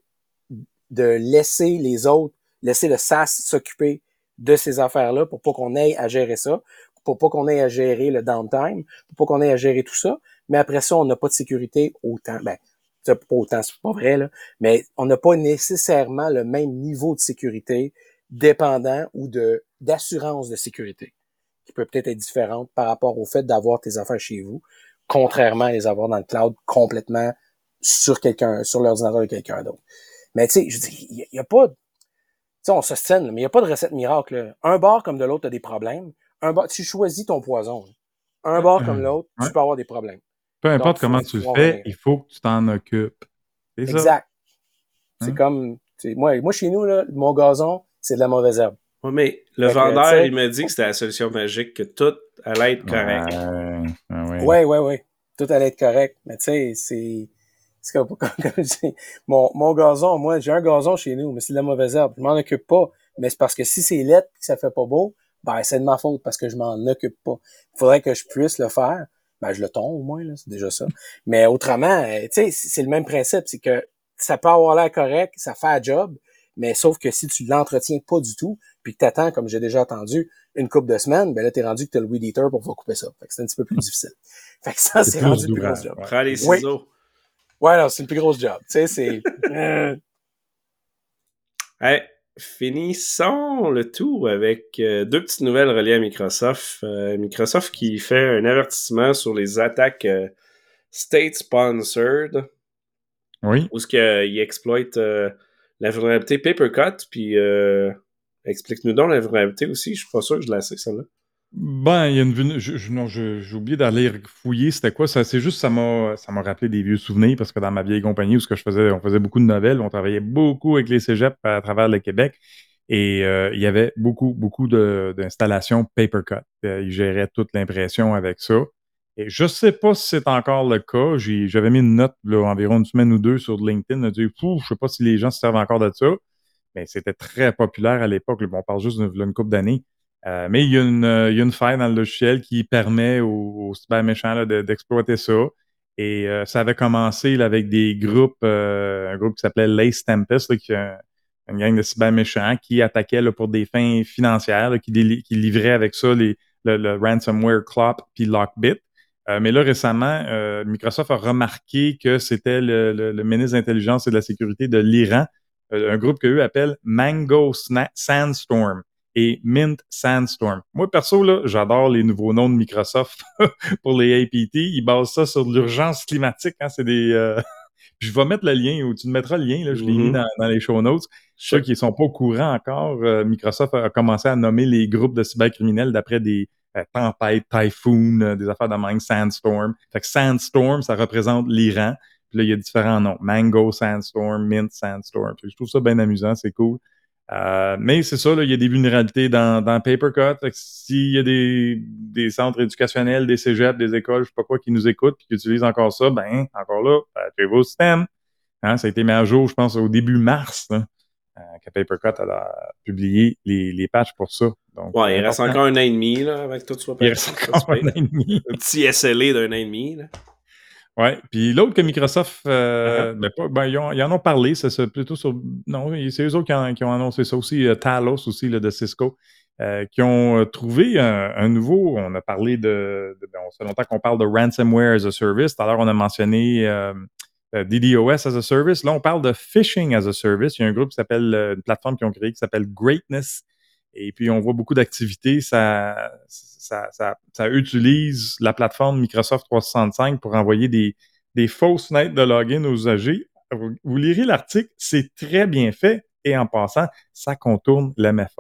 D: de laisser les autres, laisser le S A S s'occuper de ces affaires-là pour pas qu'on ait à gérer ça, pour pas qu'on ait à gérer le downtime, pour pas qu'on ait à gérer tout ça. Mais après ça, on n'a pas de sécurité autant. Ben, c'est pas autant, c'est pas vrai, là. Mais on n'a pas nécessairement le même niveau de sécurité dépendant ou de d'assurance de sécurité, qui peut peut-être être différente par rapport au fait d'avoir tes affaires chez vous, contrairement à les avoir dans le cloud complètement sur quelqu'un, sur l'ordinateur de quelqu'un d'autre. Mais tu sais, je dis, il y, y a pas, tu sais, on se scène, mais il y a pas de recette miracle. Là. Un bord comme de l'autre, t'as des problèmes. Un bord, tu choisis ton poison. Un bord comme l'autre,
C: Ouais.
D: tu peux avoir des problèmes.
C: Peu importe
D: Donc,
C: comment
D: faut,
C: tu le
D: faut
C: fais, il faut que tu t'en occupes. C'est ça.
D: Exact.
C: Hein?
D: C'est comme, moi, moi, chez nous, là, mon gazon, c'est de la mauvaise herbe.
B: Ouais, mais le
D: Fait que,
B: vendeur,
D: tu sais,
B: il m'a dit que c'était la solution magique, que tout allait être correct.
C: Ouais, ouais.
D: Ouais, ouais, ouais. Tout allait être correct. Mais tu sais, c'est, c'est comme, comme, comme je dis, mon, mon gazon, moi, j'ai un gazon chez nous, mais c'est de la mauvaise herbe. Je m'en occupe pas. Mais c'est parce que si c'est laid et que ça fait pas beau, ben, c'est de ma faute parce que je m'en occupe pas. Il faudrait que je puisse le faire. Ben, je le tombe au moins, là. C'est déjà ça. Mais autrement, tu sais, c'est le même principe. C'est que ça peut avoir l'air correct, ça fait un job, mais sauf que si tu l'entretiens pas du tout, puis que t'attends, comme j'ai déjà entendu, une couple de semaines, ben là, t'es rendu que t'as le weed eater pour pouvoir couper ça. Fait que c'est un petit peu plus difficile. Fait que ça, c'est rendu le plus gros job.
C: Ouais.
B: Prends les
D: Oui.
B: ciseaux.
D: Ouais, non, c'est le plus gros job. Tu sais, c'est... Euh...
B: Hey, finissons le tout avec euh, deux petites nouvelles reliées à Microsoft. Euh, Microsoft qui fait un avertissement sur les attaques euh, state-sponsored.
C: Oui.
B: Où ce qu'il exploite euh, la vulnérabilité Papercut, puis euh, explique-nous donc la vulnérabilité aussi. Je suis pas sûr que je la sais, celle-là.
C: Ben, il y a une vulné- je, je- non, je- j'ai oublié d'aller fouiller c'était quoi. Ça, c'est juste ça m'a ça m'a rappelé des vieux souvenirs parce que dans ma vieille compagnie où ce que je faisais, on faisait beaucoup de nouvelles, on travaillait beaucoup avec les cégeps à travers le Québec et euh, il y avait beaucoup beaucoup de d'installations Papercut. Euh, ils géraient toute l'impression avec ça. Et je sais pas si c'est encore le cas. J'ai, j'avais mis une note là, environ une semaine ou deux sur LinkedIn. Je dit, Fou, je sais pas si les gens se servent encore de ça. Mais c'était très populaire à l'époque. Bon, on parle juste d'une une couple d'années. Euh, mais il y, a une, euh, il y a une faille dans le logiciel qui permet aux, aux cyber méchants là, de, d'exploiter ça. Et euh, ça avait commencé là, avec des groupes, euh, un groupe qui s'appelait Lace Tempest, là, qui est un, une gang de cyber méchants qui attaquait là, pour des fins financières, là, qui, déli- qui livraient avec ça les, le, le ransomware Clop puis Lockbit. Euh, mais là, récemment, euh, Microsoft a remarqué que c'était le, le, le ministre de l'Intelligence et de la Sécurité de l'Iran, euh, un groupe qu'eux appellent Mango Sna- Sandstorm et Mint Sandstorm. Moi, perso, là, j'adore les nouveaux noms de Microsoft pour les A P T. Ils basent ça sur l'urgence climatique. Hein, c'est des... Euh... Je vais mettre le lien, ou tu me mettras le lien, là, je l'ai mis
B: Mhm.
C: dans, dans les show notes. Ceux
B: Sure.
C: qui ne sont pas au courant encore, euh, Microsoft a commencé à nommer les groupes de cybercriminels d'après des euh, tempêtes, typhoon, euh, des affaires de même, Sandstorm. Fait que Sandstorm, ça représente l'Iran. Puis là, il y a différents noms. Mango Sandstorm, Mint Sandstorm. Puis je trouve ça bien amusant, c'est cool. Euh, mais c'est ça, là, il y a des vulnérabilités dans, dans Papercut. Fait que s'il y a des, des centres éducationnels, des cégeps, des écoles, je sais pas quoi, qui nous écoutent et qui utilisent encore ça, ben, encore là, patchez vos systèmes. Hein, ça a été mis à jour, je pense, au début mars, là, euh, que Papercut a publié les, les patchs pour ça. Donc,
B: Ouais,
C: euh,
B: il reste
C: important.
B: encore un an et demi, là, avec tout soit
C: Il
B: patché.
C: reste
B: Ça,
C: encore
B: tu
C: un
B: payes.
C: an et demi.
B: Un petit S L A d'un an et demi, là.
C: Ouais. Puis l'autre que Microsoft, euh,
B: Uh-huh.
C: ben pas, ben, ils, ont, ils en ont parlé, c'est ça, plutôt sur. Non, c'est eux autres qui, en, qui ont annoncé ça aussi, euh, Talos aussi, là, de Cisco, euh, qui ont euh, trouvé un, un nouveau. On a parlé de. de ben, on fait longtemps qu'on parle de ransomware as a service. Tout à l'heure, on a mentionné euh, euh, DDoS as a service. Là, on parle de phishing as a service. Il y a un groupe qui s'appelle, euh, une plateforme qu'ils ont créée qui s'appelle Greatness. Et puis, on voit beaucoup d'activités. Ça, ça, ça, ça utilise la plateforme Microsoft trois cent soixante-cinq pour envoyer des, des fausses fenêtres de login aux usagers. Vous, vous lirez l'article, c'est très bien fait. Et en passant, ça contourne l'M F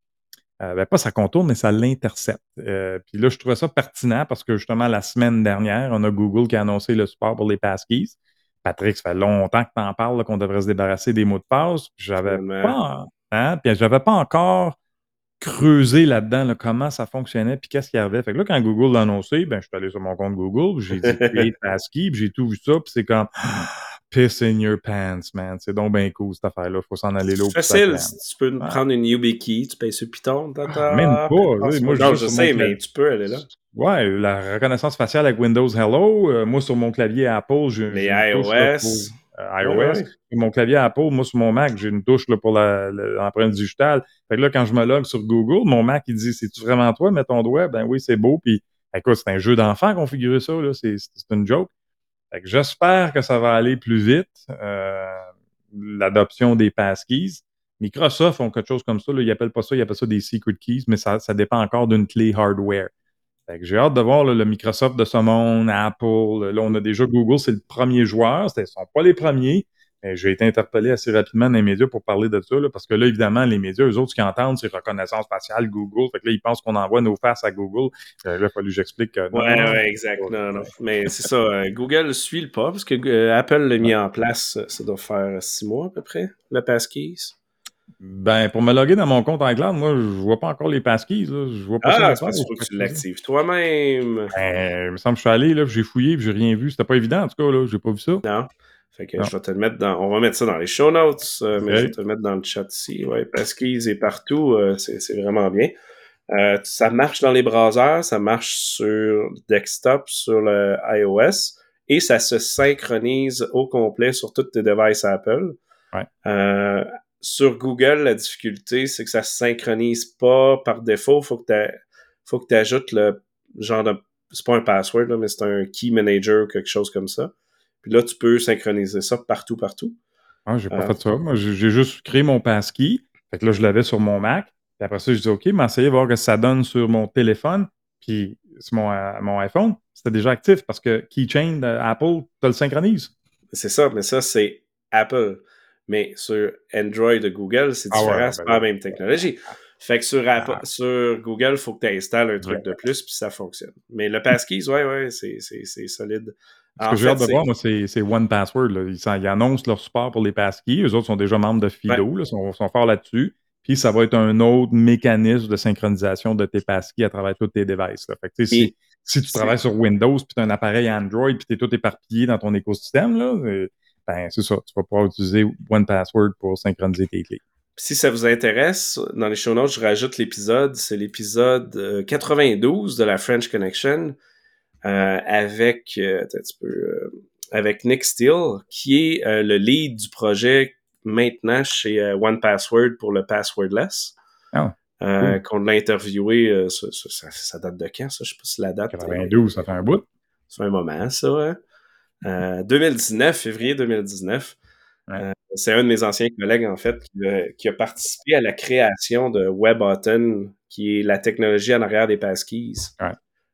C: A. Euh, ben pas ça contourne, mais ça l'intercepte. Euh, puis là, je trouvais ça pertinent parce que justement, la semaine dernière, on a Google qui a annoncé le support pour les passkeys. Patrick, ça fait longtemps que tu en parles, là, qu'on devrait se débarrasser des mots de passe. J'avais
B: Finalement.
C: pas, hein, puis j'avais pas encore creuser là-dedans, là, comment ça fonctionnait, puis qu'est-ce qu'il y avait. Fait que là, quand Google l'a annoncé, ben, je suis allé sur mon compte Google, puis j'ai dit Create Passkey, puis j'ai tout vu ça, puis c'est comme piss in your pants, man. C'est donc bien cool, cette affaire-là. Faut s'en aller là.
B: C'est facile. Tu peux
C: Ouais.
B: prendre une YubiKey, tu payes sur Python.
C: Ah, même pas. Oui, moi,
B: non,
C: juste
B: je
C: sur
B: sais,
C: mon
B: mais
C: clavier.
B: tu peux aller là.
C: Ouais, la reconnaissance faciale avec Windows Hello. Euh, moi, sur mon clavier Apple, j'ai
B: Les
C: une touche là, pour
B: iOS.
C: euh, iOS.
B: Ouais, ouais.
C: Sur mon clavier Apple, moi, sur mon Mac, j'ai une touche là, pour la- la- l'empreinte digitale. Fait que là, quand je me log sur Google, mon Mac, il dit, c'est-tu vraiment toi? Mets ton doigt. Ben oui, c'est beau. Puis, écoute, c'est un jeu d'enfant configurer ça, là. C'est, c'est une joke. Fait que j'espère que ça va aller plus vite, euh, l'adoption des passkeys. Microsoft ont quelque chose comme ça, là. Ils appellent pas ça, ils appellent ça des secret keys, mais ça, ça dépend encore d'une clé hardware. Fait que j'ai hâte de voir là, le Microsoft de ce monde, Apple. Là, on a déjà Google, c'est le premier joueur. Ils ne sont pas les premiers. Mais j'ai été interpellé assez rapidement dans les médias pour parler de ça, là, parce que là, évidemment, les médias, eux autres, ce qu'ils entendent, c'est reconnaissance faciale, Google. Fait que là, ils pensent qu'on envoie nos faces à Google. Euh, là, il a fallu que j'explique que non.
B: Ouais, ouais, exact. Non, non. Mais c'est ça. euh, Google suit le pas, parce que euh, Apple l'a mis en place, euh, ça doit faire six mois à peu près, le Passkeys.
C: Ben, pour me loguer dans mon compte iCloud, moi, je vois pas encore les passkeys. Là. Je vois pas ça
B: Ah,
C: nulle
B: c'est
C: part.
B: parce qu'il faut
C: Fait
B: que tu
C: que-
B: l'actives toi-même.
C: Ben, il me semble que je suis allé, là, puis j'ai fouillé, puis j'ai rien vu. C'était pas évident, en tout cas, là. J'ai pas vu ça.
B: Non. Fait que
C: Non.
B: je vais te le mettre dans. On va mettre ça dans les show notes, euh, mais
C: Ok.
B: je vais te le mettre dans le chat ici. Ouais, Passkeys est partout. euh, c'est c'est vraiment bien. Euh, ça marche dans les browsers, ça marche sur desktop, sur le iOS, et ça se synchronise au complet sur tous tes devices Apple.
C: Ouais.
B: Euh, sur Google, la difficulté, c'est que ça se synchronise pas par défaut. Faut que tu faut que tu ajoutes le genre de. C'est pas un password, là, mais c'est un key manager ou quelque chose comme ça. Puis là, tu peux synchroniser ça partout, partout.
C: Ah, j'ai pas
B: Euh,
C: fait ça. Moi, j'ai j'ai juste créé mon passkey. Fait que là, je l'avais sur mon Mac. Puis après ça, je dis OK, mais essayez de voir que ça donne sur mon téléphone. Puis sur mon, euh, mon iPhone, c'était déjà actif parce que Keychain d'Apple, tu le synchronises.
B: C'est ça, mais ça, c'est Apple. Mais sur Android de Google, c'est
C: Ah ouais,
B: différent,
C: ouais,
B: c'est
C: ben
B: pas la
C: là.
B: même technologie. Fait que sur, Apple,
C: Ah,
B: sur Google, il faut que tu installes un truc
C: ouais.
B: de plus, puis ça fonctionne. Mais le Passkeys, ouais, ouais, c'est, c'est, c'est solide.
C: Ce
B: En
C: que j'ai hâte
B: fait,
C: de
B: c'est...
C: voir, moi, c'est c'est one password. Là. Ils, s'en- ils annoncent leur support pour les passkeys. Eux autres sont déjà membres de
B: Ouais,
C: Fido, là, sont, sont forts là-dessus. Puis ça va être un autre mécanisme de synchronisation de tes passkeys à travers tous tes devices. Là. Fait que, tu sais, si,
B: puis
C: si tu
B: c'est...
C: travailles sur Windows, puis tu as un appareil Android, puis tu es tout éparpillé dans ton écosystème, là, euh, ben, c'est ça. Tu vas pouvoir utiliser one password pour synchroniser tes clés.
B: Si ça vous intéresse, dans les show notes, je rajoute l'épisode. C'est l'épisode euh, quatre-vingt-douze de la French Connection euh, avec, euh, attends un petit peu, euh, avec Nick Steele, qui est euh, le lead du projet maintenant chez euh, one password pour le passwordless.
C: Ah,
B: Euh,
C: cool.
B: qu'on l'a interviewé, euh, ça, ça, ça, ça date de quand, ça? Je sais pas si la date...
C: quatre-vingt-douze,
B: est...
C: ça fait un bout.
B: Ça fait un moment, ça, hein? Euh, deux mille dix-neuf, février deux mille dix-neuf.
C: Ouais.
B: Euh, c'est un de mes anciens collègues, en fait, qui a, qui a participé à la création de WebAuthn, qui est la technologie en arrière des passkeys.
C: Ouais.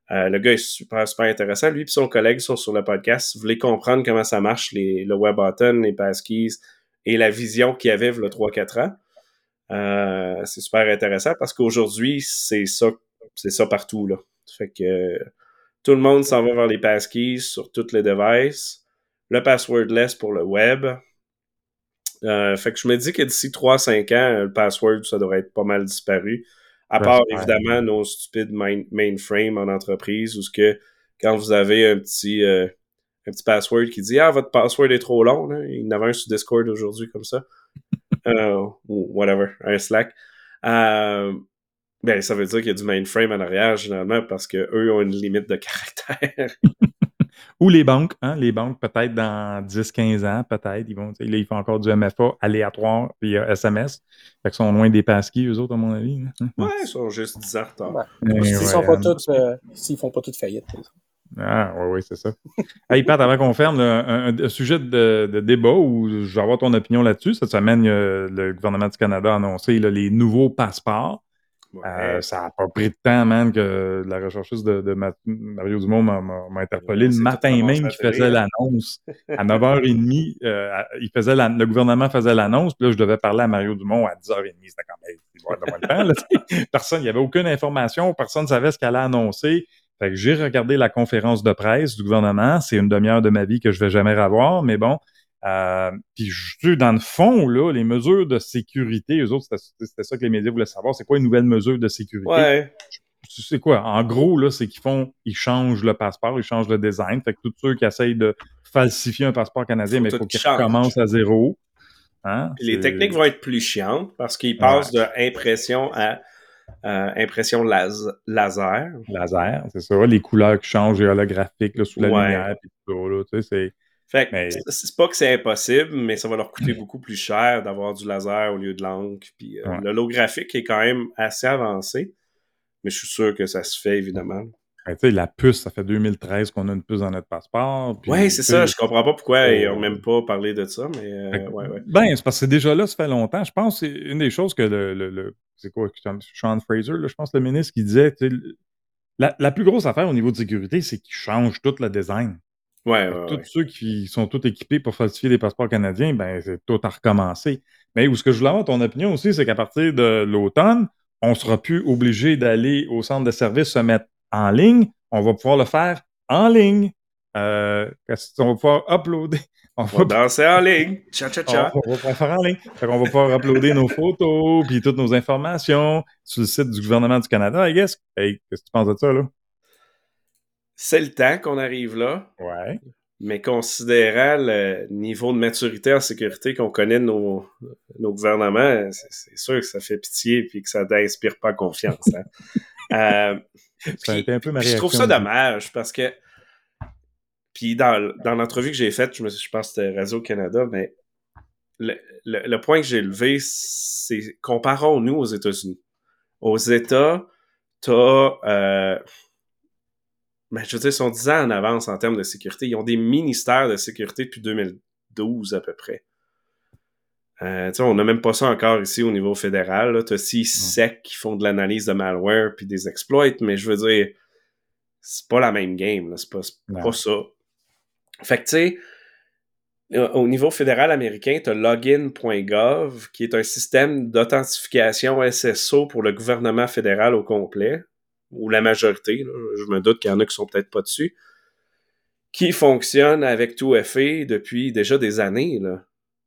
B: Euh, le gars est super, super intéressant. Lui et son collègue sont sur le podcast. Si vous voulez comprendre comment ça marche, les, le WebAuthn, les passkeys et la vision qu'il y avait il y a trois quatre ans, euh, c'est super intéressant parce qu'aujourd'hui, c'est ça, c'est ça partout, là. Fait que euh, tout le monde s'en va vers les passkeys sur toutes les devices. Le passwordless pour le web. Euh, fait que je me dis que d'ici trois à cinq ans, le password, ça devrait être pas mal disparu. À part, évidemment, nos stupides main- mainframes en entreprise, où ce que quand vous avez un petit, euh, un petit password qui dit « Ah, votre password est trop long », là. Il y en avait un sur Discord aujourd'hui comme ça. euh, ou whatever, un Slack. Euh, ben, ça veut dire qu'il y a du mainframe en arrière, généralement, parce qu'eux ont une limite de caractère.
C: Ou les banques, hein, les banques, peut-être dans dix quinze ans, peut-être, ils vont, là, ils font encore du M F A aléatoire, puis euh, S M S. Fait qu'ils sont loin des passkeys, eux autres, à mon avis. Là.
B: Ouais, ils sont juste dix ans en retard.
D: Ouais.
C: Mais
D: S'ils
C: ouais,
D: sont pas
C: hein.
D: tous, euh, s'ils font pas toutes faillite.
C: Ah, oui, oui, c'est ça. Hey, Pat, avant qu'on ferme, là, un, un sujet de, de débat où je vais avoir ton opinion là-dessus. Cette semaine, euh, le gouvernement du Canada a annoncé là, les nouveaux passeports.
B: Ouais.
C: Euh, ça n'a pas pris de temps, man, que la recherchiste de, de Ma- Mario Dumont m'a, m'a, m'a interpellé
B: Ouais,
C: le
B: c'est
C: matin
B: tout
C: même
B: ramassé à
C: qu'il
B: la
C: faisait
B: télé, hein.
C: l'annonce. À neuf heures trente, euh, il faisait la- le gouvernement faisait l'annonce, puis là, je devais parler à Mario Dumont à dix heures trente. C'était comme, hey, il va avoir le temps, là, tu sais. Personne, il n'y avait aucune information, personne ne savait ce qu'elle allait annoncer. Fait que j'ai regardé la conférence de presse du gouvernement. C'est une demi-heure de ma vie que je vais jamais revoir, mais bon. Euh, puis juste dans le fond, là, les mesures de sécurité, eux autres, c'était, c'était ça que les médias voulaient savoir. C'est quoi une nouvelle mesure de sécurité?
B: Ouais.
C: C'est quoi? En gros, là, c'est qu'ils font, ils changent le passeport, ils changent le design. Fait que tous ceux qui essayent de falsifier un passeport canadien,
B: Faut
C: mais il
B: tout
C: faut qu'ils
B: qu'ils changent.
C: recommencent à zéro. Hein?
B: Puis les
C: C'est-
B: techniques vont être plus chiantes parce qu'ils
C: Ouais.
B: passent de impression à euh, impression las- laser.
C: Laser, c'est ça. Les couleurs qui changent, les holographiques, là, sous la
B: Ouais.
C: lumière, puis tout ça, là, tu sais, c'est...
B: Fait que
C: Mais-
B: c'est- c'est pas que c'est impossible, mais ça va leur coûter beaucoup plus cher d'avoir du laser au lieu de l'encre. Puis euh,
C: Ouais.
B: l'holographique est quand même assez avancé, mais je suis sûr que ça se fait, évidemment.
C: Ben, tu sais, la puce, ça fait deux mille treize qu'on a une puce dans notre passeport. Puis,
B: Ouais, c'est
C: tu sais,
B: ça. Je comprends pas pourquoi
C: oh.
B: ils ont même pas parlé de ça, mais euh,
C: Fait que,
B: ouais, ouais.
C: ben, c'est parce que c'est déjà là, ça fait longtemps. Je pense que c'est une des choses que le, le, le- c'est quoi, Sean Fraser, là, je pense, le ministre, qui disait, tu sais, la, la plus grosse affaire au niveau de sécurité, c'est qu'ils changent tout le design.
B: Ouais,
C: Fait que
B: ouais,
C: tous
B: ouais.
C: ceux qui sont tous équipés pour falsifier des passeports canadiens, ben, c'est tout à recommencer. Mais où ce que je voulais avoir ton opinion aussi, c'est qu'à partir de l'automne, on sera plus obligé d'aller au centre de service se mettre en ligne. On va pouvoir le faire en ligne. Euh, on va pouvoir uploader. On
B: On
C: va
B: va danser en ligne. Cha-cha-cha.
C: On, on va pouvoir faire en ligne. Fait qu'on va pouvoir uploader nos photos, puis toutes nos informations sur le site du gouvernement du Canada, I guess. Hey, qu'est-ce que tu penses de ça, là?
B: C'est le temps qu'on arrive là,
C: Ouais.
B: mais considérant le niveau de maturité en sécurité qu'on connaît de nos, nos gouvernements, c'est, c'est sûr que ça fait pitié et que ça n'inspire pas confiance. Hein. euh,
C: Ça a
B: puis,
C: été un peu ma
B: puis je trouve
C: réaction.
B: ça dommage parce que puis dans, dans l'entrevue que j'ai faite, je, me, je pense que c'était Radio-Canada, mais le, le, le point que j'ai levé, c'est comparons-nous aux États-Unis. Aux États, t'as euh, ben, je veux dire, ils sont dix ans en avance en termes de sécurité. Ils ont des ministères de sécurité depuis deux mille douze à peu près. Euh, on n'a même pas ça encore ici au niveau fédéral. Tu as C I S E C qui font de l'analyse de malware puis des exploits, mais je veux dire, c'est pas la même game. Là. C'est pas, c'est pas ça. Fait que tu sais, au niveau fédéral américain, tu as login point gov qui est un système d'authentification S S O pour le gouvernement fédéral au complet, ou la majorité. Là. Je me doute qu'il y en a qui sont peut-être pas dessus. Qui fonctionne avec deux F A depuis déjà des années, là.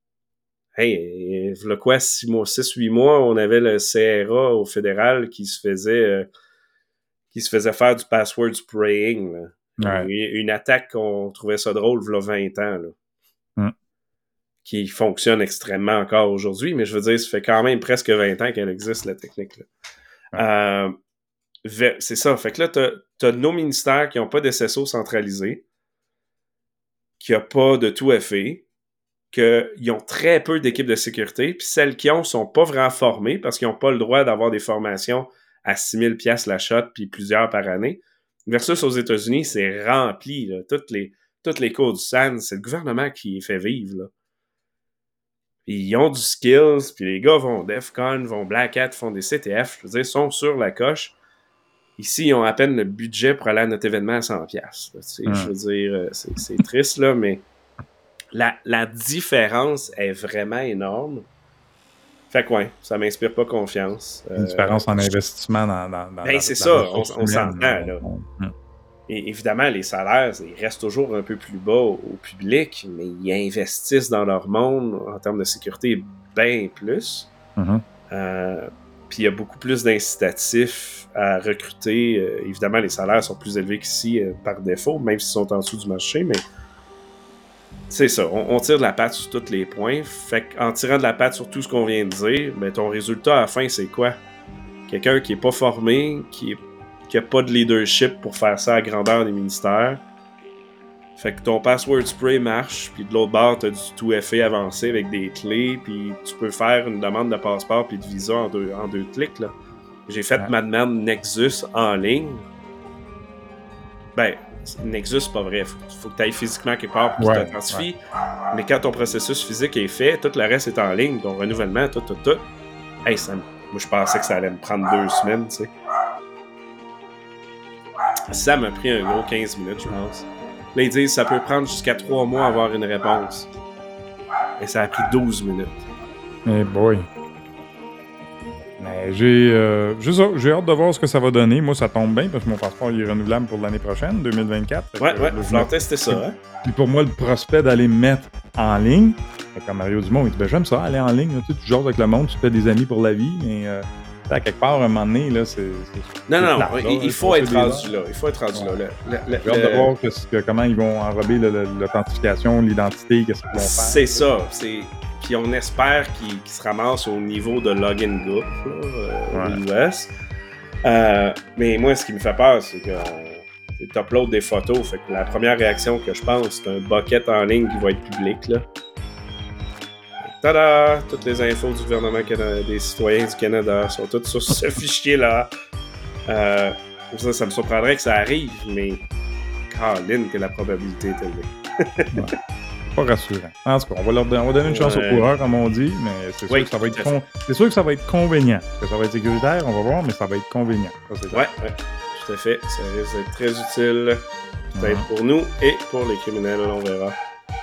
B: Hey, voilà quoi, six mois, six, huit mois, on avait le C R A au fédéral qui se faisait euh, qui se faisait faire du password spraying, là.
C: Ouais.
B: Une, une attaque qu'on trouvait ça drôle il y a vingt ans, là.
C: Mm.
B: Qui fonctionne extrêmement encore aujourd'hui, mais je veux dire, ça fait quand même presque vingt ans qu'elle existe, la technique, là. Ouais. Euh, c'est ça. Fait que là, t'as, t'as nos ministères qui n'ont pas d'S S O centralisé, qui n'ont pas de tout F A, qu'ils ont très peu d'équipes de sécurité, puis celles qui ont ne sont pas vraiment formées parce qu'ils n'ont pas le droit d'avoir des formations à six mille dollars la shot, puis plusieurs par année. Versus aux États-Unis, c'est rempli. Là. Toutes les, toutes les cours du S A N, c'est le gouvernement qui les fait vivre. Là. Puis ils ont du skills, puis les gars vont DEFCON, vont Black Hat, font des C T F, je veux dire, sont sur la coche. Ici, ils ont à peine le budget pour aller à notre événement à cent piastres. Mm. Je veux dire, c'est, c'est triste, là, mais la, la différence est vraiment énorme. Fait que ouais, ça m'inspire pas confiance.
C: Une différence euh, en investissement dans, dans, dans
B: ben,
C: la,
B: c'est
C: dans
B: ça, on, on s'entend, là. Mm. Et évidemment, les salaires, ils restent toujours un peu plus bas au, au public, mais ils investissent dans leur monde en termes de sécurité bien plus.
C: Mm-hmm.
B: Euh, Puis il y a beaucoup plus d'incitatifs à recruter. Euh, évidemment, les salaires sont plus élevés qu'ici euh, par défaut, même s'ils sont en dessous du marché, mais c'est ça, on, on tire de la patte sur tous les points. Fait qu'en tirant de la patte sur tout ce qu'on vient de dire, ben, ton résultat à la fin, c'est quoi? Quelqu'un qui est pas formé, qui, est, qui a pas de leadership pour faire ça à grandeur des ministères. Fait que ton password spray marche, puis de l'autre bord, t'as du tout F A avancé avec des clés, puis tu peux faire une demande de passeport puis de visa en deux, en deux clics, là. J'ai fait ouais. ma demande Nexus en ligne. Ben, Nexus, c'est pas vrai. Faut, faut que tu ailles physiquement quelque part pour ouais, que tu t'identifies. Ouais. Mais quand ton processus physique est fait, tout le reste est en ligne, ton renouvellement, tout, tout, tout. Hey, ça, moi, je pensais que ça allait me prendre deux semaines, tu sais. Ça m'a pris un gros quinze minutes, je pense. Là, ils disent que ça peut prendre jusqu'à trois mois à avoir une réponse. Et ça a pris douze minutes.
C: Eh boy. Mais j'ai, euh, j'ai, j'ai hâte de voir ce que ça va donner. Moi, ça tombe bien parce que mon passeport il est renouvelable pour l'année prochaine, deux mille vingt-quatre.
B: Ouais, ouais, il va falloir tester ça. Hein?
C: Puis pour moi, le prospect d'aller me mettre en ligne, comme Mario Dumont, il dit ben, j'aime ça, aller en ligne. Là, tu, sais, tu jases avec le monde, tu fais des amis pour la vie, mais euh, à quelque part, à un moment donné, là, c'est. c'est
B: non, non,
C: plat,
B: non,
C: là,
B: il, il faut être rendu là. Il faut être rendu
C: ouais.
B: là. Le, le,
C: j'ai hâte
B: le...
C: de voir que, que, comment ils vont enrober le, le, l'authentification, l'identité, qu'est-ce qu'ils vont faire.
B: C'est ça. C'est. Puis on espère qu'ils, qu'ils se ramassent au niveau de Login Group euh, ouais. au U S. Euh, mais moi, ce qui me fait peur, c'est que tu uploads des photos. Fait que la première réaction que je pense, c'est un bucket en ligne qui va être public. Là. Tada! Toutes les infos du gouvernement Canada, des citoyens du Canada sont toutes sur ce fichier-là. Euh, ça, ça me surprendrait que ça arrive, mais Caroline, que la probabilité est élevée.
C: ouais. Pas rassurant. En tout cas, on va, leur, on va donner une chance ouais. aux coureurs, comme on dit, mais c'est sûr, oui, que ça va être con... c'est sûr que ça va être convénient. Parce que ça va être sécuritaire, on va voir, mais ça va être convénient. Ça, c'est
B: ouais, ouais, tout à fait. Ça risque d'être très utile, peut-être mm-hmm. pour nous et pour les criminels, on verra.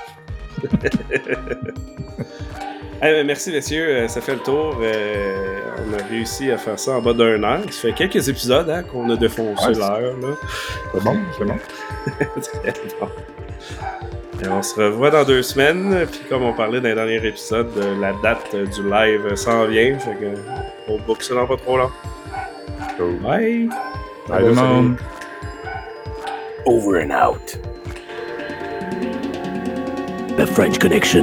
B: Hey, merci, messieurs. Ça fait le tour. Euh, on a réussi à faire ça en bas d'une heure. Ça fait quelques épisodes hein, qu'on a défoncé ouais, l'heure. Là.
C: C'est bon, c'est bon.
B: Très bon. Et on se revoit dans deux semaines. Puis comme on parlait dans le dernier épisode, la date du live s'en vient. Fait que on book ça dans pas trop long.
C: Cool.
B: Bye!
C: Bye, tout le monde.
A: Over and out. The French Connection.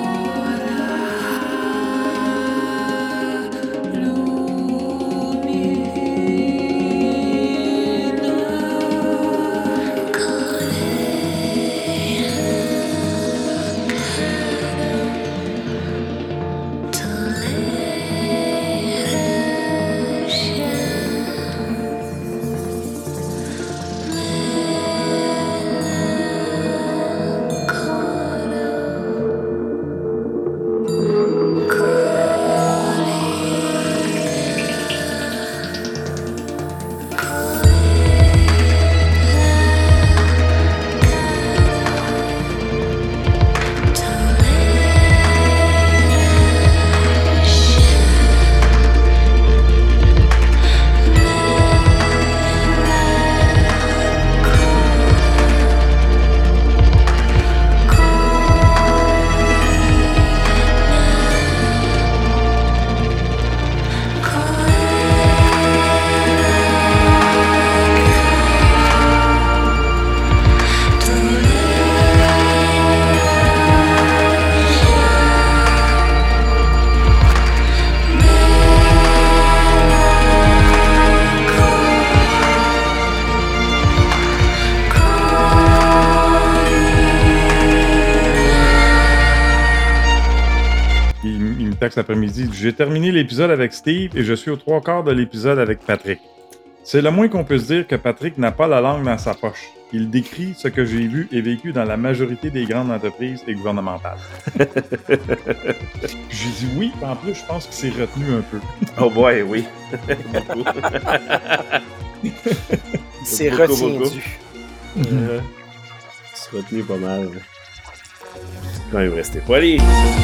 C: Cet après-midi. J'ai terminé l'épisode avec Steve et je suis aux trois quarts de l'épisode avec Patrick. C'est le moins qu'on peut se dire que Patrick n'a pas la langue dans sa poche. Il décrit ce que j'ai vu et vécu dans la majorité des grandes entreprises et gouvernementales. J'ai dit oui, en plus, je pense qu'il s'est retenu un peu.
B: Oh boy, oui.
D: C'est
B: Beaucoup,
D: retenu.
B: beaucoup. Euh, c'est retenu pas mal. Quand même resté poli.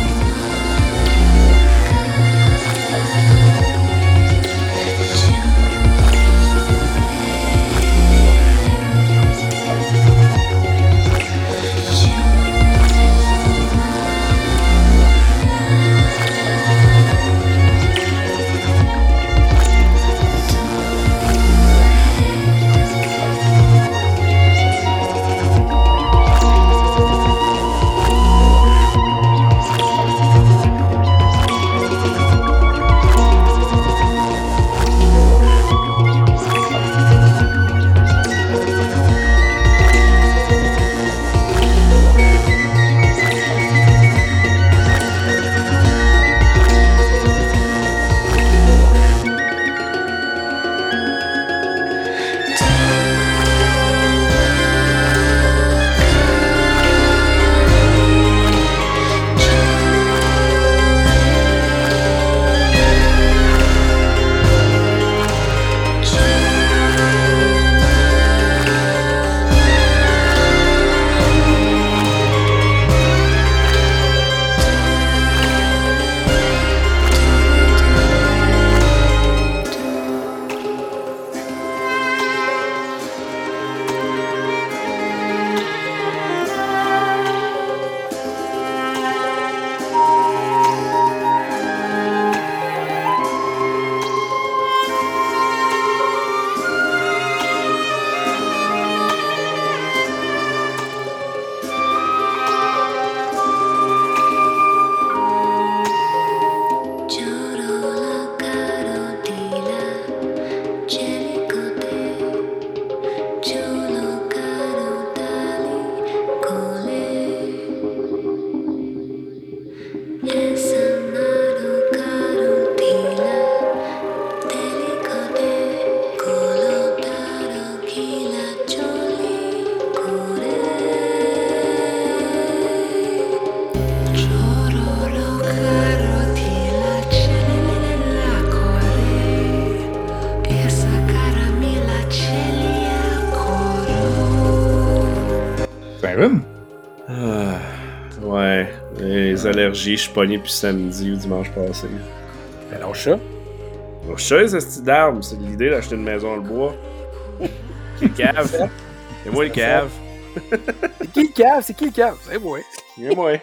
B: Ah, ouais. Les allergies, je suis pogné depuis samedi ou dimanche passé.
D: Ben non, ça.
B: Donc, je sais, c'est cette d'arbre, c'est l'idée d'acheter une maison en bois. Qui le cave? C'est moi le cave.
D: C'est qui le cave? C'est qui le cave? C'est moi.
B: C'est moi.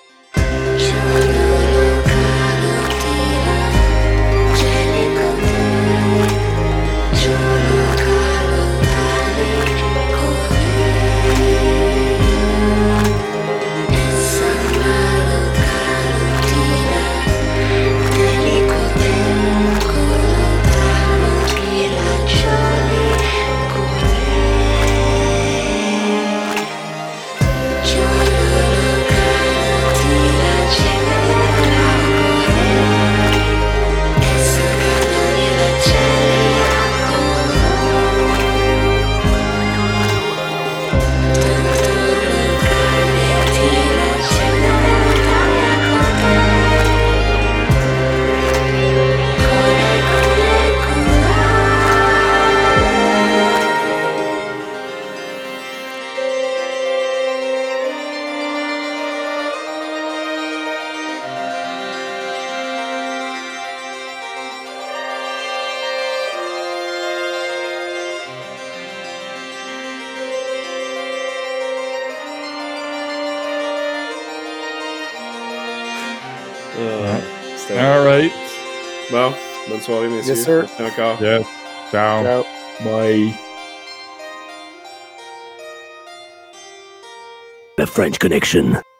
B: Euh, c'était
C: All right.
B: bon. Bonne soirée, messieurs.
D: Yes, sir.
B: Merci encore.
C: Yes. Ciao.
D: Ciao.
C: Bye.
A: The French Connection.